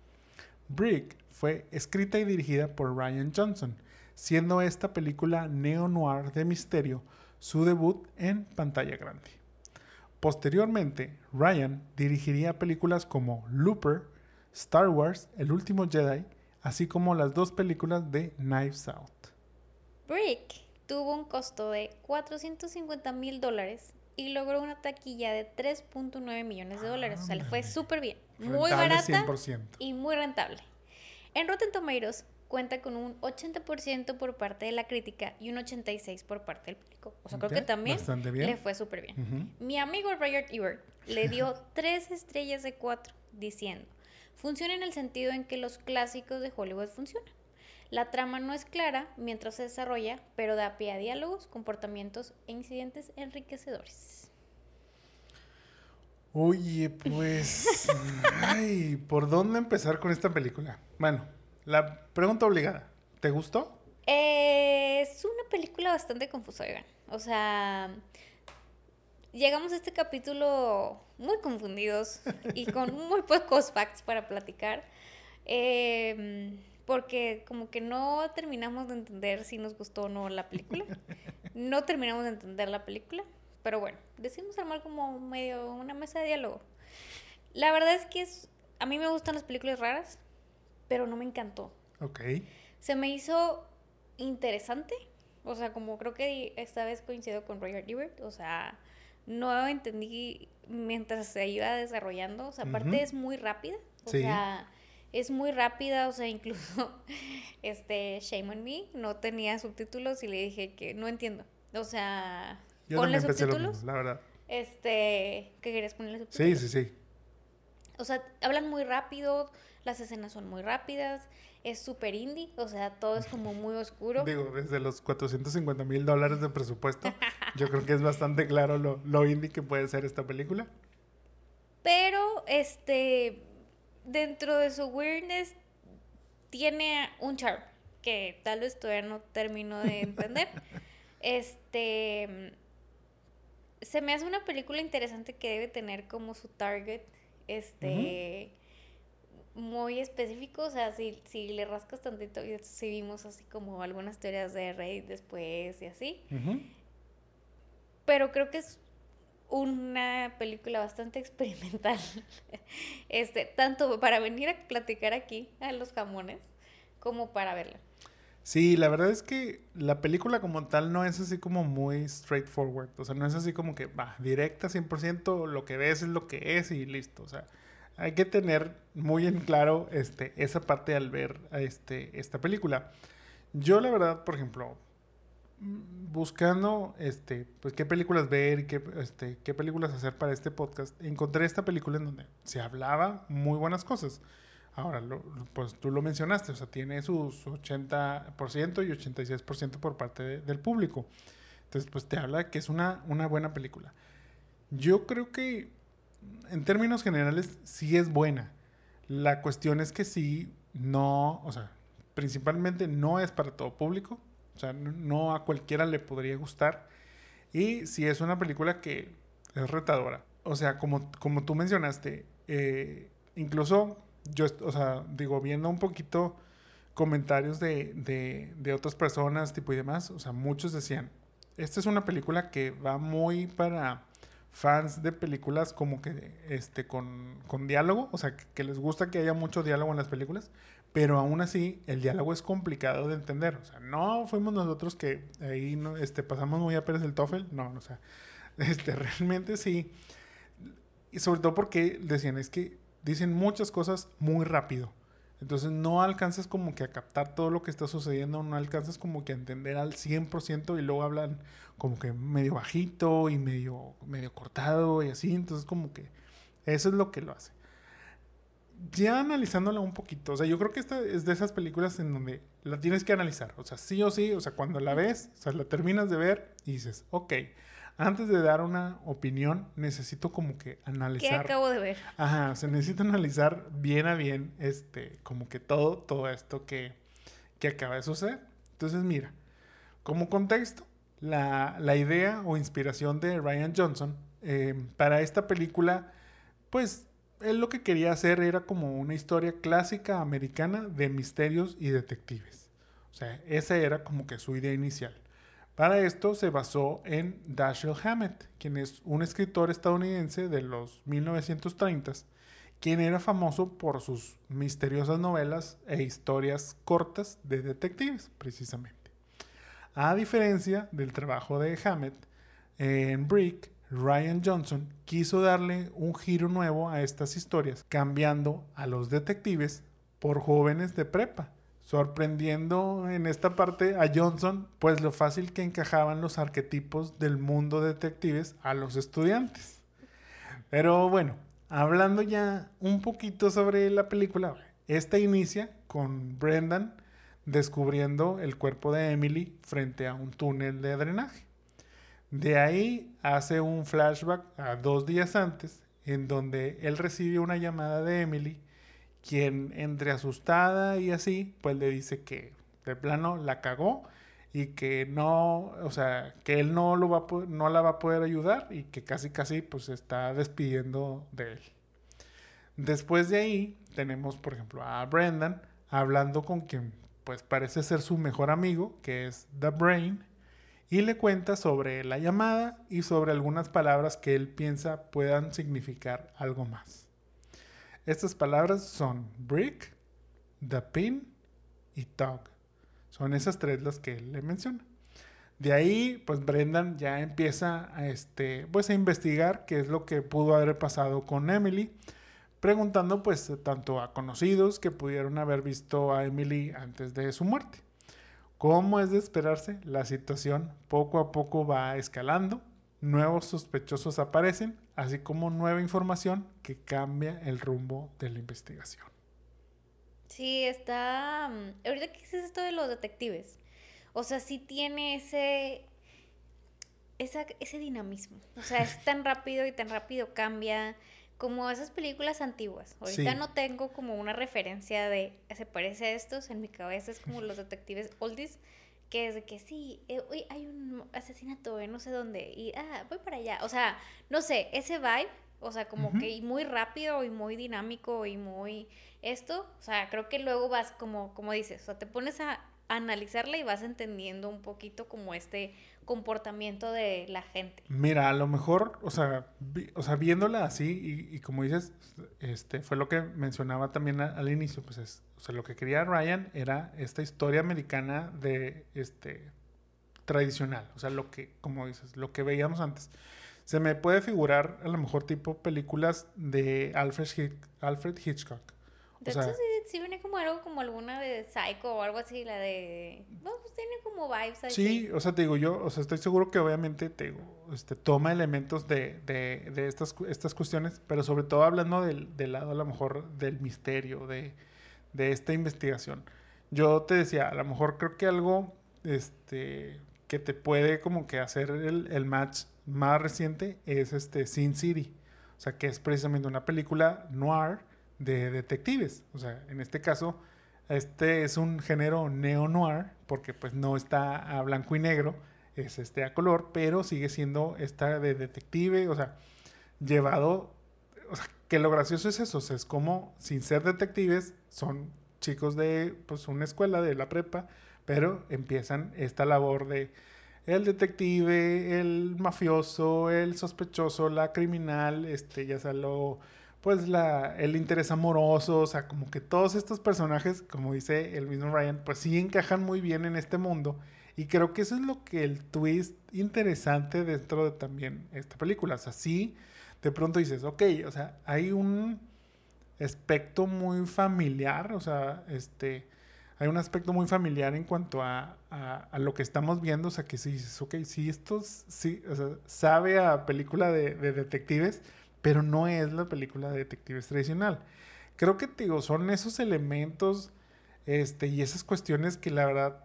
Speaker 1: Brick fue escrita y dirigida por Rian Johnson, siendo esta película neo-noir de misterio su debut en pantalla grande. Posteriormente, Rian dirigiría películas como Looper, Star Wars, El último Jedi, así como las 2 películas de Knives Out.
Speaker 2: Brick tuvo un costo de $450,000 y logró una taquilla de $3.9 millones. O sea, le fue súper bien. Muy
Speaker 1: Rentable
Speaker 2: barata
Speaker 1: 100%.
Speaker 2: y muy rentable. En Rotten Tomatoes cuenta con un 80% por parte de la crítica y un 86% por parte del público. O sea, creo que también le fue súper bien. Uh-huh. Mi amigo Roger Ebert le dio 3 estrellas de 4, diciendo: funciona en el sentido en que los clásicos de Hollywood funcionan. La trama no es clara mientras se desarrolla, pero da pie a diálogos, comportamientos e incidentes enriquecedores.
Speaker 1: Oye, pues... ay, ¿por dónde empezar con esta película? Bueno, la pregunta obligada. ¿Te gustó?
Speaker 2: Es una película bastante confusa, oigan. O sea, llegamos a este capítulo muy confundidos y con muy pocos facts para platicar. Porque como que no terminamos de entender si nos gustó o no la película. No terminamos de entender la película. Pero bueno, decidimos armar como medio una mesa de diálogo. La verdad es que a mí me gustan las películas raras, pero no me encantó.
Speaker 1: Ok.
Speaker 2: Se me hizo interesante. O sea, como creo que esta vez coincido con Roger Ebert. O sea, no entendí mientras se iba desarrollando. O sea, aparte es muy rápida. O sea, es muy rápida. O sea, incluso Shame on Me no tenía subtítulos y le dije que no entiendo. O sea...
Speaker 1: Yo ponle subtítulos, mismo, la verdad.
Speaker 2: ¿Qué querías ponerle subtítulos?
Speaker 1: Sí.
Speaker 2: O sea, hablan muy rápido, las escenas son muy rápidas, es súper indie, o sea, todo es como muy oscuro.
Speaker 1: Digo, desde los $450,000 de presupuesto, yo creo que es bastante claro lo indie que puede ser esta película.
Speaker 2: Pero, dentro de su weirdness, tiene un charm que tal vez todavía no termino de entender. Se me hace una película interesante que debe tener como su target, muy específico. O sea, si le rascas tantito, y si vimos así como algunas teorías de Reddit después y así. Uh-huh. Pero creo que es una película bastante experimental. Tanto para venir a platicar aquí a los jamones, como para verla.
Speaker 1: Sí, la verdad es que la película como tal no es así como muy straightforward. O sea, no es así como que va directa 100%, lo que ves es lo que es y listo. O sea, hay que tener muy en claro esa parte al ver esta película. Yo la verdad, por ejemplo, buscando pues qué películas ver y qué películas hacer para este podcast, encontré esta película en donde se hablaba muy buenas cosas. Ahora, pues tú lo mencionaste, o sea, tiene sus 80% y 86% por parte del público. Entonces, pues te habla que es una buena película. Yo creo que, en términos generales, sí es buena. La cuestión es que sí, no, o sea, principalmente no es para todo público. O sea, no a cualquiera le podría gustar. Y sí es una película que es retadora. O sea, como tú mencionaste, incluso... yo, o sea, digo, viendo un poquito comentarios de otras personas, tipo y demás, o sea, muchos decían, esta es una película que va muy para fans de películas como que con diálogo, o sea, que les gusta que haya mucho diálogo en las películas, pero aún así el diálogo es complicado de entender. O sea, no fuimos nosotros que ahí no, pasamos muy a Pérez el TOEFL, no, o sea, realmente sí. Y sobre todo porque decían, es que dicen muchas cosas muy rápido. Entonces no alcanzas como que a captar todo lo que está sucediendo, no alcanzas como que a entender al 100% y luego hablan como que medio bajito y medio cortado y así. Entonces como que eso es lo que lo hace. Ya analizándola un poquito, o sea, yo creo que esta es de esas películas en donde la tienes que analizar. O sea, sí o sí, o sea, cuando la ves, o sea, la terminas de ver y dices, ok, antes de dar una opinión, necesito como que analizar.
Speaker 2: ¿Qué acabo de ver?
Speaker 1: Ajá, o sea, necesito analizar bien a bien, como que todo esto que acaba de suceder. Entonces, mira, como contexto, la idea o inspiración de Rian Johnson para esta película, pues, él lo que quería hacer era como una historia clásica americana de misterios y detectives. O sea, esa era como que su idea inicial. Para esto se basó en Dashiell Hammett, quien es un escritor estadounidense de los 1930s, quien era famoso por sus misteriosas novelas e historias cortas de detectives, precisamente. A diferencia del trabajo de Hammett, en Brick, Rian Johnson quiso darle un giro nuevo a estas historias, cambiando a los detectives por jóvenes de prepa, sorprendiendo en esta parte a Johnson, pues lo fácil que encajaban los arquetipos del mundo de detectives a los estudiantes. Pero bueno, hablando ya un poquito sobre la película, esta inicia con Brendan descubriendo el cuerpo de Emily frente a un túnel de drenaje. De ahí hace un flashback a 2 días antes, en donde él recibe una llamada de Emily, quien entre asustada y así, pues le dice que de plano la cagó y que no, o sea, que él no la va a poder ayudar y que casi pues se está despidiendo de él. Después de ahí tenemos, por ejemplo, a Brendan hablando con quien pues parece ser su mejor amigo, que es The Brain, y le cuenta sobre la llamada y sobre algunas palabras que él piensa puedan significar algo más. Estas palabras son Brick, The Pin y Tug. Son esas 3 las que él le menciona. De ahí, pues Brendan ya empieza a investigar qué es lo que pudo haber pasado con Emily, preguntando pues tanto a conocidos que pudieron haber visto a Emily antes de su muerte. Como es de esperarse, la situación poco a poco va escalando, nuevos sospechosos aparecen, así como nueva información que cambia el rumbo de la investigación.
Speaker 2: Sí, está... Ahorita que dices esto de los detectives, o sea, sí tiene ese dinamismo. O sea, es tan rápido y tan rápido cambia, como esas películas antiguas. Ahorita no tengo como una referencia de se parece a estos, en mi cabeza es como los detectives oldies, que es de que sí, uy, hay un asesinato en no sé dónde y voy para allá. O sea, no sé, ese vibe, o sea, como que y muy rápido y muy dinámico y muy esto, o sea, creo que luego vas como dices, o sea, te pones a analizarla y vas entendiendo un poquito como este comportamiento de la gente.
Speaker 1: Mira, a lo mejor, o sea, viéndola así y como dices, fue lo que mencionaba también al inicio, pues o sea, lo que quería Ryan era esta historia americana de tradicional, o sea, lo que, como dices, lo que veíamos antes. Se me puede figurar a lo mejor tipo películas de Alfred Hitchcock.
Speaker 2: De hecho, sí viene como algo como alguna de Psycho o algo así, la de... No, pues tiene como vibes así.
Speaker 1: Sí, o sea, te digo yo, o sea, estoy seguro que obviamente toma elementos de estas cuestiones, pero sobre todo hablando del lado a lo mejor del misterio, de esta investigación. Yo te decía, a lo mejor creo que algo que te puede como que hacer el match más reciente es Sin City. O sea, que es precisamente una película noir de detectives. O sea, en este caso, es un género neo-noir, porque pues no está a blanco y negro, es a color, pero sigue siendo esta de detective, o sea, llevado, o sea, que lo gracioso es eso, o sea, es como, sin ser detectives, son chicos de, pues, una escuela de la prepa, pero empiezan esta labor de el detective, el mafioso, el sospechoso, la criminal, ya sea pues el interés amoroso, o sea, como que todos estos personajes, como dice el mismo Ryan, pues sí encajan muy bien en este mundo. Y creo que eso es lo que el twist interesante dentro de también esta película. O sea, sí, de pronto dices, ok, o sea, hay un aspecto muy familiar, o sea, hay un aspecto muy familiar en cuanto a lo que estamos viendo, o sea, que sí dices, ok, sí, sí, o sea, sabe a película de detectives, pero no es la película de detectives tradicional. Creo que, digo, son esos elementos y esas cuestiones que la verdad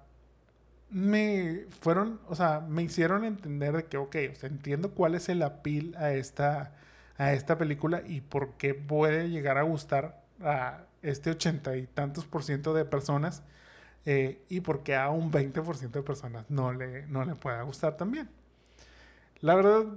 Speaker 1: me hicieron entender de que, ok, o sea, entiendo cuál es el appeal a esta película y por qué puede llegar a gustar a 80 y tantos % de personas y por qué a un 20% de personas no le pueda gustar también. La verdad,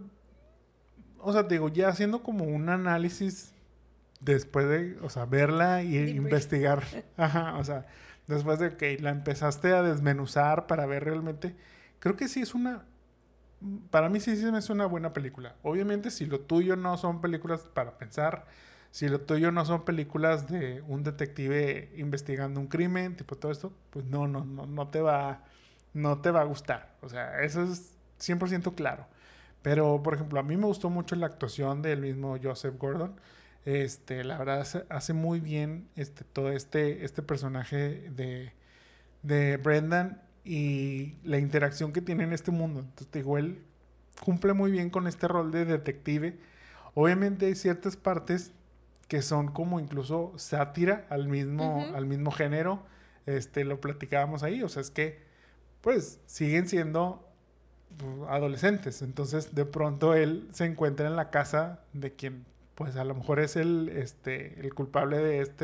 Speaker 1: o sea, te digo, ya haciendo como un análisis después de, o sea, verla y investigar, ajá, o sea, después de que la empezaste a desmenuzar para ver realmente, creo que sí para mí sí es una buena película. Obviamente, si lo tuyo no son películas para pensar, si lo tuyo no son películas de un detective investigando un crimen, tipo todo esto, pues no te va a gustar. O sea, eso es 100% claro. Pero, por ejemplo, a mí me gustó mucho la actuación del mismo Joseph Gordon. La verdad hace muy bien todo este personaje de Brendan y la interacción que tiene en este mundo. Entonces, te digo, él cumple muy bien con este rol de detective. Obviamente hay ciertas partes que son como incluso sátira
Speaker 2: Ujú.
Speaker 1: al mismo género. Lo platicábamos ahí, o sea, es que pues siguen siendo adolescentes. Entonces, de pronto él se encuentra en la casa de quien pues a lo mejor es el culpable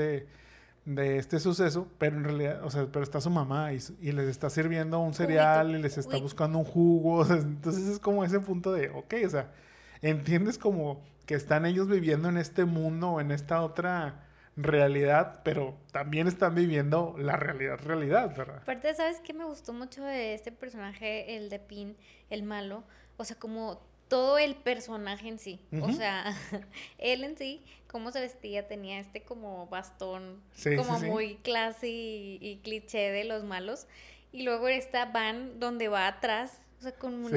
Speaker 1: de este suceso, pero en realidad, o sea, pero está su mamá y les está sirviendo un
Speaker 2: Juguito,
Speaker 1: cereal y les está
Speaker 2: juguito.
Speaker 1: buscando un jugo. O sea, entonces es como ese punto de, ok, o sea, entiendes como que están ellos viviendo en este mundo o en esta otra realidad, pero también están viviendo la realidad, ¿verdad?
Speaker 2: Aparte, ¿sabes qué me gustó mucho de este personaje, el de Pin, el malo? O sea, como todo el personaje en sí. O
Speaker 1: Ujú.
Speaker 2: sea, él en sí, cómo se vestía, tenía este como bastón,
Speaker 1: Sí, sí,
Speaker 2: como
Speaker 1: sí.
Speaker 2: muy classy y cliché de los malos. Y luego esta van donde va atrás, o sea, con
Speaker 1: Sí.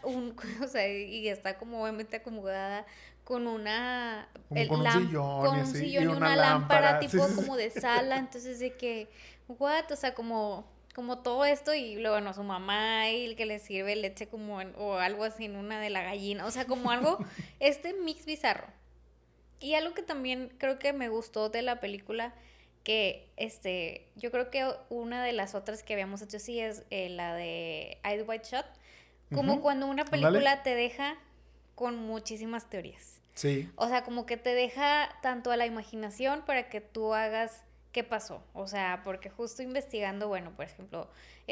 Speaker 2: o sea, y está como obviamente acomodada con
Speaker 1: Como con un
Speaker 2: con
Speaker 1: sillón y
Speaker 2: un
Speaker 1: así, y
Speaker 2: sillón y
Speaker 1: una
Speaker 2: una lámpara
Speaker 1: lámpara. Sí,
Speaker 2: tipo
Speaker 1: sí, sí.
Speaker 2: como de sala, entonces de que what, o sea, como todo esto y luego no su mamá y el que le sirve leche o algo así en una de la gallina, o sea, como algo este mix bizarro. Y algo que también creo que me gustó de la película que yo creo que una de las otras que habíamos hecho sí es la de Eyes Wide Shut, como
Speaker 1: Ujú.
Speaker 2: cuando una
Speaker 1: Ándale.
Speaker 2: película te deja con muchísimas teorías.
Speaker 1: Sí.
Speaker 2: O sea, como que te deja tanto a la imaginación para que tú hagas qué pasó. O sea, porque justo investigando, bueno, por ejemplo,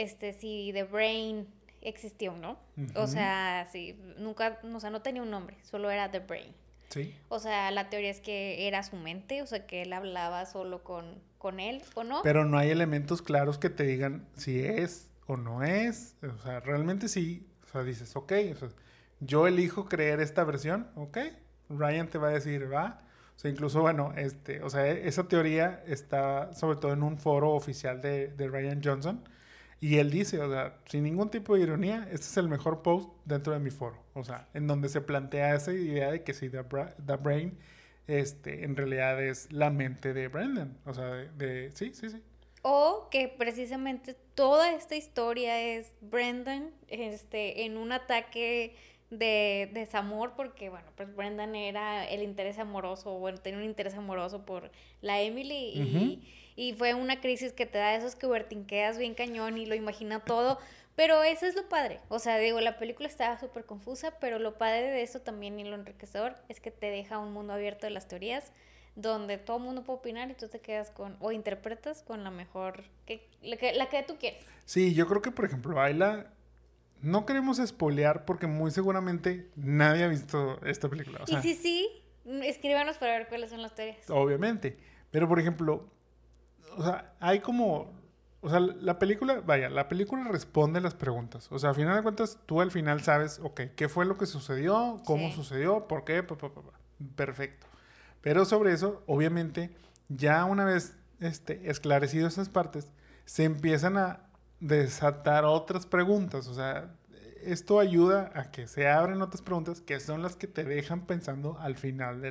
Speaker 2: si The Brain existió, ¿no? O
Speaker 1: Ujú.
Speaker 2: sea, si nunca, o sea, no tenía un nombre, solo era The Brain.
Speaker 1: Sí.
Speaker 2: O sea, la teoría es que era su mente, o sea, que él hablaba solo con él, ¿o no?
Speaker 1: Pero no hay elementos claros que te digan si es o no es. O sea, realmente sí. O sea, dices, ok, o sea, yo elijo creer esta versión, ok. Ryan te va a decir, va. O sea, incluso, bueno, o sea, esa teoría está sobre todo en un foro oficial de Ryan Johnson. Y él dice, o sea, sin ningún tipo de ironía, este es el mejor post dentro de mi foro. O sea, en donde se plantea esa idea de que si The Brain en realidad es la mente de Brandon. O sea, sí, sí, sí.
Speaker 2: O que precisamente toda esta historia es Brendan en un ataque de desamor, porque bueno, pues Brendan era el interés amoroso, bueno, tenía un interés amoroso por la Emily
Speaker 1: Ujú.
Speaker 2: y fue una crisis que te da esos que vertinqueas bien cañón y lo imagina todo. Pero eso es lo padre. O sea, digo, la película estaba súper confusa, pero lo padre de eso también y lo enriquecedor es que te deja un mundo abierto de las teorías donde todo el mundo puede opinar y tú te quedas o interpretas con la mejor, la que tú quieres.
Speaker 1: Sí, yo creo que, por ejemplo, Ayla, no queremos spoilear porque muy seguramente nadie ha visto esta película. O
Speaker 2: Y
Speaker 1: sea,
Speaker 2: si sí, escríbanos para ver cuáles son las teorías.
Speaker 1: obviamente. Pero, por ejemplo, o sea, hay como... O sea, la película, vaya, la película responde las preguntas. O sea, a final de cuentas, tú al final sabes, ok, qué fue lo que sucedió, cómo
Speaker 2: Sí.
Speaker 1: sucedió, por qué, pa. Perfecto. Pero sobre eso, obviamente, ya una vez esclarecido esas partes, se empiezan a desatar otras preguntas. O sea, esto ayuda a que se abren otras preguntas que son las que te dejan pensando al final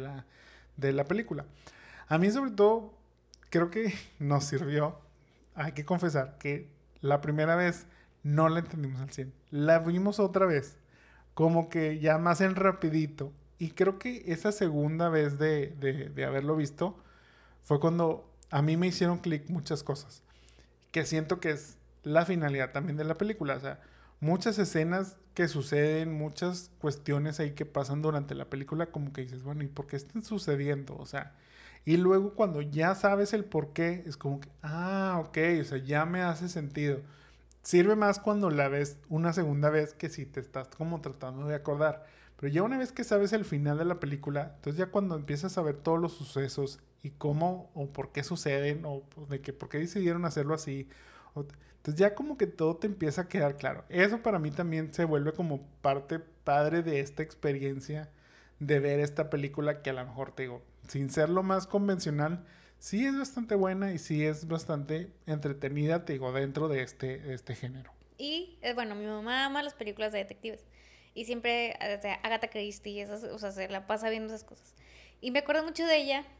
Speaker 1: de la película. A mí, sobre todo, creo que nos sirvió, hay que confesar, que la primera vez no la entendimos al 100. La vimos otra vez, como que ya más en rapidito. Y creo que esa segunda vez de haberlo visto fue cuando a mí me hicieron clic muchas cosas. Que siento que es la finalidad también de la película. O sea, muchas escenas que suceden, muchas cuestiones ahí que pasan durante la película, como que dices, bueno, ¿y por qué están sucediendo? O sea, y luego cuando ya sabes el por qué, es como que, ah, ok, o sea, ya me hace sentido. Sirve más cuando la ves una segunda vez que si te estás como tratando de acordar. Pero ya una vez que sabes el final de la película, entonces ya cuando empiezas a ver todos los sucesos y cómo o por qué suceden o de que por qué decidieron hacerlo así, entonces ya como que todo te empieza a quedar claro. Eso para mí también se vuelve como parte padre de esta experiencia de ver esta película que a lo mejor te digo, sin ser lo más convencional, sí es bastante buena y sí es bastante entretenida, te digo, dentro de este género.
Speaker 2: Y bueno, mi mamá ama las películas de detectives. Y siempre, o sea, Agatha Christie, esas, o sea, se la pasa viendo esas cosas. Y me acuerdo mucho de ella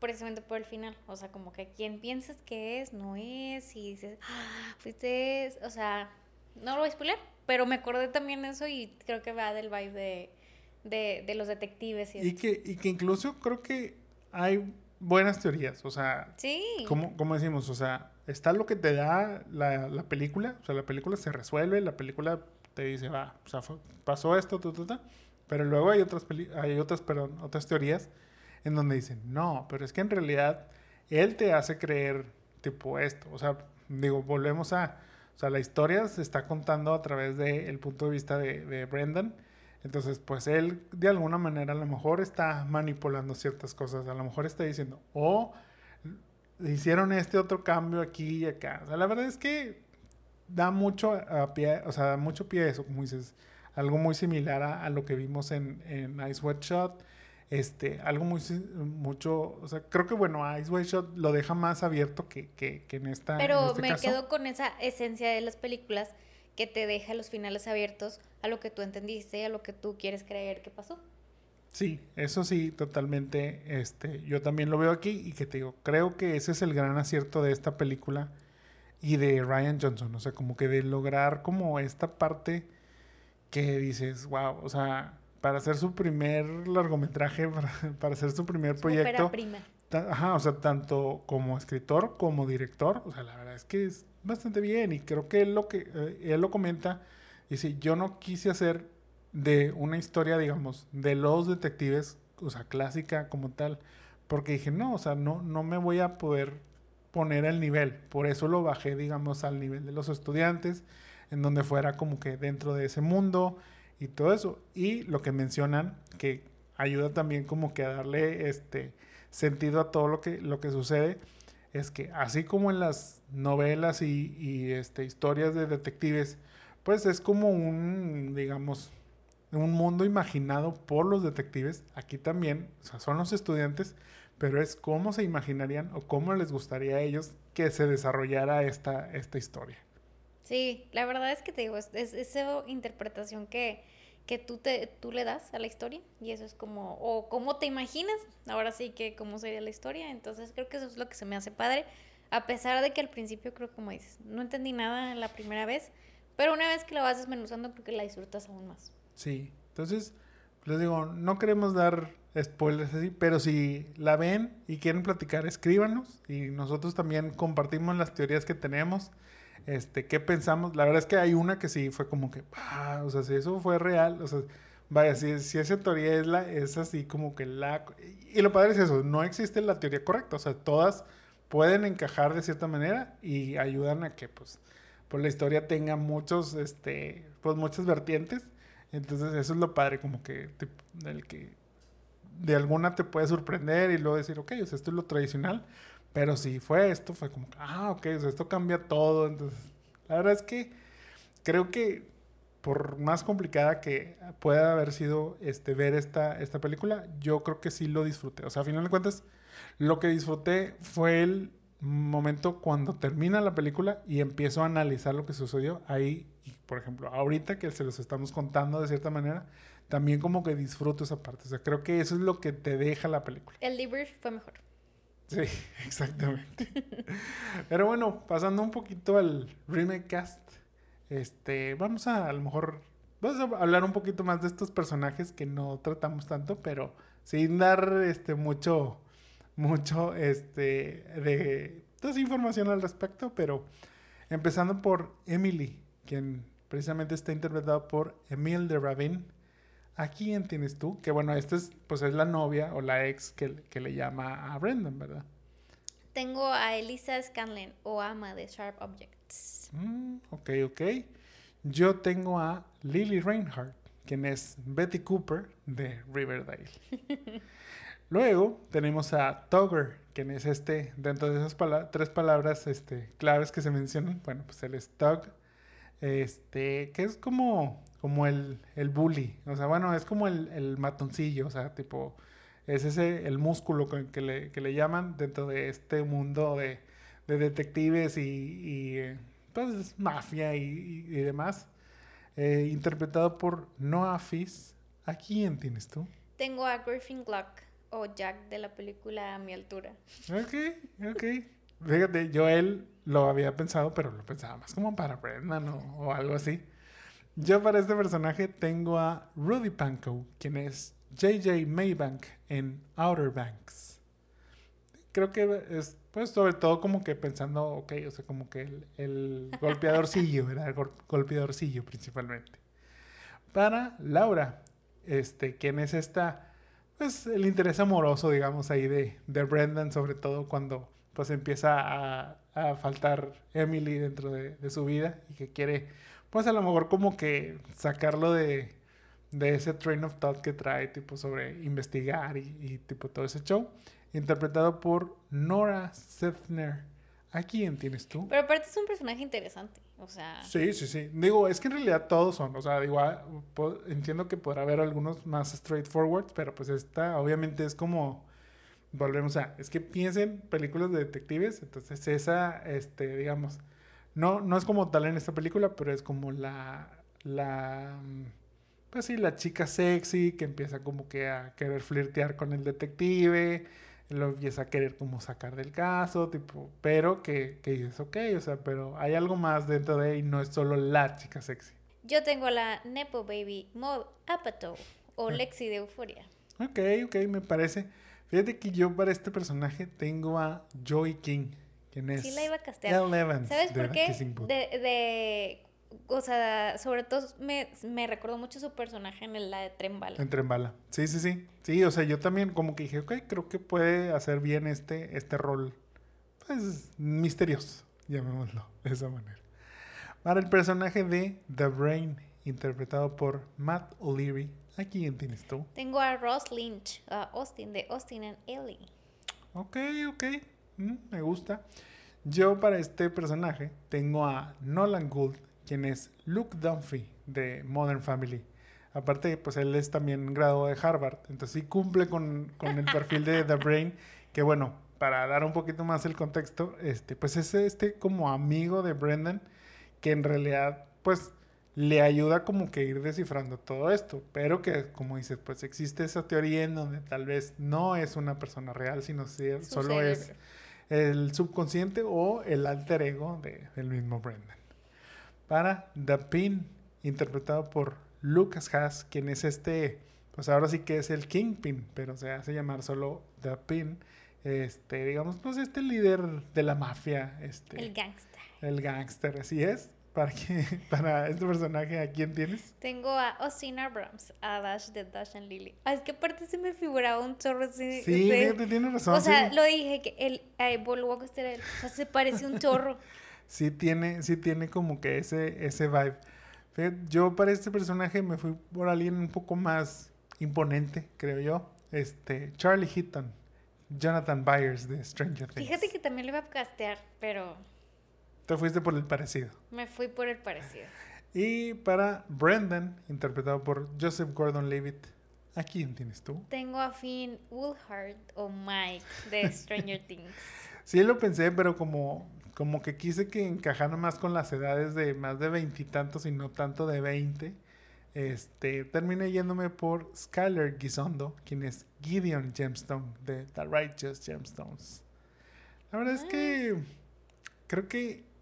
Speaker 2: precisamente por el final. O sea, como que quien piensas que es, no es. Y dices, fuiste. O sea, no lo voy a spoiler, pero me acordé también de eso y creo que va del vibe de los detectives y
Speaker 1: Y que incluso creo que hay buenas teorías. O sea,
Speaker 2: sí.
Speaker 1: como decimos, o sea, está lo que te da la película. O sea, la película se resuelve, la película te dice, va, o sea, pasó esto, pero luego hay otras teorías en donde dicen, no, pero es que en realidad él te hace creer tipo esto. O sea, digo, o sea, la historia se está contando a través del punto de vista de Brendan. Entonces, pues él de alguna manera a lo mejor está manipulando ciertas cosas, a lo mejor está diciendo, hicieron este otro cambio aquí y acá. O sea, la verdad es que da mucho a pie, o sea, da mucho pie a eso, como dices, algo muy similar a lo que vimos en Ice White Shot. Algo mucho, o sea, creo que bueno, Ice White Shot lo deja más abierto que en esta.
Speaker 2: Pero
Speaker 1: este
Speaker 2: me
Speaker 1: caso.
Speaker 2: quedo con esa esencia de las películas que te deja los finales abiertos a lo que tú entendiste, a lo que tú quieres creer que pasó.
Speaker 1: Sí, eso sí, totalmente. Yo también lo veo aquí y que te digo, creo que ese es el gran acierto de esta película y de Rian Johnson, o sea, como que de lograr como esta parte que dices, wow, o sea, para hacer su primer largometraje, para hacer su primer proyecto,
Speaker 2: prima.
Speaker 1: O sea, tanto como escritor como director, o sea, la verdad es que es bastante bien y creo que él lo comenta, dice, yo no quise hacer de una historia, digamos, de los detectives, o sea, clásica como tal, porque dije, no, o sea, no me voy a poder poner el nivel, por eso lo bajé, digamos, al nivel de los estudiantes, en donde fuera como que dentro de ese mundo y todo eso, y lo que mencionan, que ayuda también como que a darle sentido a todo lo que sucede, es que así como en las novelas y historias de detectives, pues es como digamos, un mundo imaginado por los detectives. Aquí también, o sea, son los estudiantes, pero es cómo se imaginarían o cómo les gustaría a ellos que se desarrollara esta historia.
Speaker 2: Sí, la verdad es que te digo, es esa interpretación que tú le das a la historia y eso es como, o cómo te imaginas, ahora sí que cómo sería la historia, entonces creo que eso es lo que se me hace padre, a pesar de que al principio creo como dices, no entendí nada la primera vez, pero una vez que la vas desmenuzando creo que la disfrutas aún más.
Speaker 1: Sí, entonces les digo, no queremos dar spoilers así, pero si la ven y quieren platicar, escríbanos y nosotros también compartimos las teorías que tenemos. ¿Qué pensamos? La verdad es que hay una que sí fue como que, o sea, si eso fue real, o sea, vaya, si esa teoría es así como que y lo padre es eso, no existe la teoría correcta, o sea, todas pueden encajar de cierta manera y ayudan a que, pues la historia tenga pues muchas vertientes, entonces eso es lo padre, como que, el que de alguna te puede sorprender y luego decir, ok, o sea, esto es lo tradicional, pero si fue esto, fue como, ok, o sea, esto cambia todo. Entonces, la verdad es que creo que por más complicada que pueda haber sido ver esta película, yo creo que sí lo disfruté. O sea, a final de cuentas, lo que disfruté fue el momento cuando termina la película y empiezo a analizar lo que sucedió ahí. Y, por ejemplo, ahorita que se los estamos contando de cierta manera, también como que disfruto esa parte. O sea, creo que eso es lo que te deja la película.
Speaker 2: El debrief fue mejor.
Speaker 1: Sí, exactamente. Pero bueno, pasando un poquito al remake cast, vamos a lo mejor hablar un poquito más de estos personajes que no tratamos tanto, pero sin dar mucho de toda información al respecto, pero empezando por Emily, quien precisamente está interpretado por Emile de Ravin. ¿A quién tienes tú? Que bueno, pues es la novia o la ex que le llama a Brendan, ¿verdad?
Speaker 2: Tengo a Elisa Scanlon o ama de Sharp Objects.
Speaker 1: Ok. Yo tengo a Lily Reinhardt, quien es Betty Cooper de Riverdale. Luego tenemos a Tugger, quien es dentro de esas tres palabras claves que se mencionan. Bueno, pues él es Tug, que es como el bully. O sea, bueno, es como el matoncillo, o sea, tipo, es el músculo que le llaman dentro de este mundo de detectives y pues mafia y demás. Interpretado por Noah Fis. ¿A quién tienes tú?
Speaker 2: Tengo a Griffin Gluck o Jack de la película A mi altura.
Speaker 1: Ok. Fíjate, yo él lo había pensado, pero lo pensaba más como para Brendan o algo así. Yo para este personaje tengo a Rudy Pankow, quien es J.J. Maybank en Outer Banks. Creo que es, pues, sobre todo como que pensando, ok, o sea, como que el golpeadorcillo, ¿verdad? Golpeadorcillo principalmente. Para Laura, quien es esta, pues, el interés amoroso, digamos, ahí de Brendan, sobre todo cuando, pues, empieza a faltar Emily dentro de su vida y que quiere, pues, a lo mejor como que sacarlo de ese train of thought que trae, tipo, sobre investigar y tipo, todo ese show. Interpretado por Nora Sephner. ¿A quién tienes tú?
Speaker 2: Pero aparte es un personaje interesante, o sea...
Speaker 1: Sí. Digo, es que en realidad todos son, o sea, digo, entiendo que podrá haber algunos más straightforward, pero pues esta obviamente es como, volvemos a, es que piensen películas de detectives, entonces esa, digamos, no es como tal en esta película, pero es como pues sí, la chica sexy que empieza como que a querer flirtear con el detective, lo empieza a querer como sacar del caso, tipo, pero que dices, ok, o sea, pero hay algo más dentro de él y no es solo la chica sexy.
Speaker 2: Yo tengo a la Nepo Baby Maud Apatow o Lexi de Euphoria.
Speaker 1: Ok, me parece. Fíjate que yo para este personaje tengo a Joey King, quien es
Speaker 2: Sí la iba a castear.
Speaker 1: Elle Evans.
Speaker 2: ¿Sabes por qué?
Speaker 1: Kissing Booth.
Speaker 2: O sea, sobre todo me recordó mucho su personaje en la de Tren Bala.
Speaker 1: En Tren Bala. Sí. Sí, o sea, yo también como que dije, ok, creo que puede hacer bien este rol, pues, misterioso, llamémoslo de esa manera. Para el personaje de The Brain, interpretado por Matt O'Leary, ¿a quién tienes tú?
Speaker 2: Tengo a Ross Lynch, a Austin, de Austin and Ellie.
Speaker 1: Ok. Me gusta. Yo para este personaje tengo a Nolan Gould, quien es Luke Dunphy de Modern Family. Aparte, pues él es también graduado de Harvard, entonces sí cumple con el perfil de The Brain, que bueno, para dar un poquito más el contexto, pues es como amigo de Brendan, que en realidad, pues, le ayuda como que ir descifrando todo esto, pero que, como dices, pues existe esa teoría en donde tal vez no es una persona real, sino solo es el subconsciente o el alter ego del mismo Brendan. Para The Pin, interpretado por Lucas Haas, quien es pues ahora sí que es el Kingpin, pero se hace llamar solo The Pin, digamos, pues líder de la mafia,
Speaker 2: el gangster.
Speaker 1: El gangster, así es. Para este personaje, ¿a quién tienes?
Speaker 2: Tengo a Austin Abrams, a Dash de Dash and Lily. Es que aparte se me figuraba un chorro así.
Speaker 1: Sí, fíjate, tienes razón.
Speaker 2: O sea, lo dije que el Boardwalk era él. O sea, se parece un chorro.
Speaker 1: sí tiene como que ese vibe. Fíjate, yo para este personaje me fui por alguien un poco más imponente, creo yo. Charlie Heaton, Jonathan Byers de Stranger Things.
Speaker 2: Fíjate que también le iba a castear, pero...
Speaker 1: Te fuiste por el parecido.
Speaker 2: Me fui por el parecido.
Speaker 1: Y para Brendan, interpretado por Joseph Gordon-Levitt, ¿a quién tienes tú?
Speaker 2: Tengo a Finn Wolfhard o Mike de Stranger Things.
Speaker 1: Sí lo pensé, pero como que quise que encajara más con las edades de más de 20 y tantos y no tanto de 20. Terminé yéndome por Skyler Gisondo, quien es Gideon Gemstone de The Righteous Gemstones. La verdad es que creo que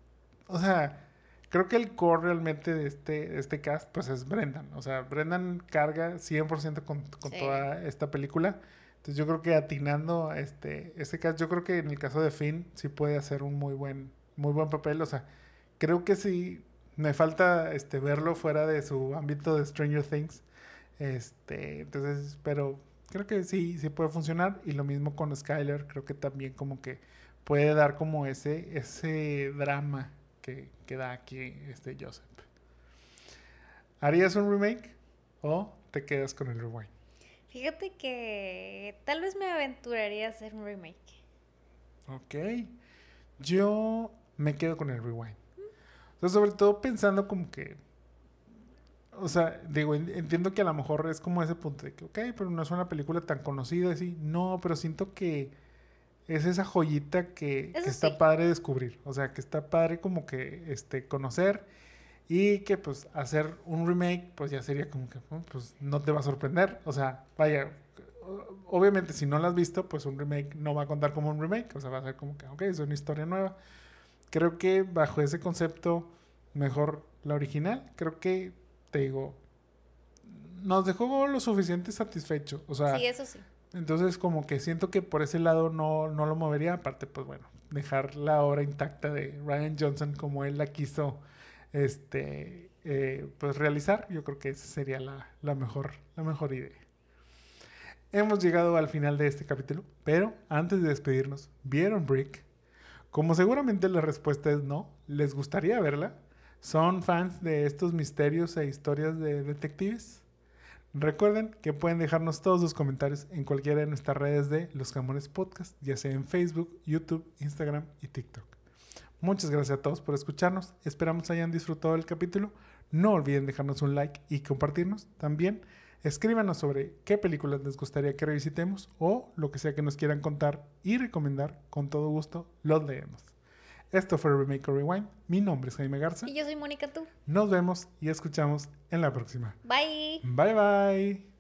Speaker 1: el core realmente de este cast pues es Brendan. O sea, Brendan carga 100% con sí. Toda esta película. Entonces yo creo que atinando este cast, yo creo que en el caso de Finn sí puede hacer un muy buen papel. O sea, creo que sí me falta verlo fuera de su ámbito de Stranger Things. Entonces, pero creo que sí puede funcionar. Y lo mismo con Skyler, creo que también como que puede dar como ese drama que da aquí Joseph. ¿Harías un remake o te quedas con el rewind?
Speaker 2: Fíjate que tal vez me aventuraría a hacer un remake.
Speaker 1: Ok. Yo me quedo con el rewind. O sea, sobre todo pensando como que... O sea, digo, entiendo que a lo mejor es como ese punto de que, ok, pero no es una película tan conocida así. No, pero siento que es esa joyita que está padre descubrir. O sea, que está padre como que conocer y que pues hacer un remake pues ya sería como que pues no te va a sorprender. O sea, vaya, obviamente si no la has visto, pues un remake no va a contar como un remake, o sea, va a ser como que, ok, es una historia nueva. Creo que bajo ese concepto, mejor la original. Creo que, te digo, nos dejó lo suficiente satisfecho, o sea...
Speaker 2: Sí, eso sí.
Speaker 1: Entonces como que siento que por ese lado no lo movería. Aparte, pues bueno, dejar la obra intacta de Rian Johnson como él la quiso pues realizar. Yo creo que esa sería la mejor idea. Hemos llegado al final de este capítulo, pero antes de despedirnos, ¿vieron Brick? Como seguramente la respuesta es no, ¿les gustaría verla? ¿Son fans de estos misterios e historias de detectives? Recuerden que pueden dejarnos todos sus comentarios en cualquiera de nuestras redes de Los Jamones Podcast, ya sea en Facebook, YouTube, Instagram y TikTok. Muchas gracias a todos por escucharnos. Esperamos hayan disfrutado del capítulo. No olviden dejarnos un like y compartirnos. También escríbanos sobre qué películas les gustaría que revisitemos o lo que sea que nos quieran contar y recomendar. Con todo gusto los leemos. Esto fue Remake or Rewind. Mi nombre es Jaime Garza.
Speaker 2: Y yo soy Mónica Tú.
Speaker 1: Nos vemos y escuchamos en la próxima.
Speaker 2: Bye.
Speaker 1: Bye bye.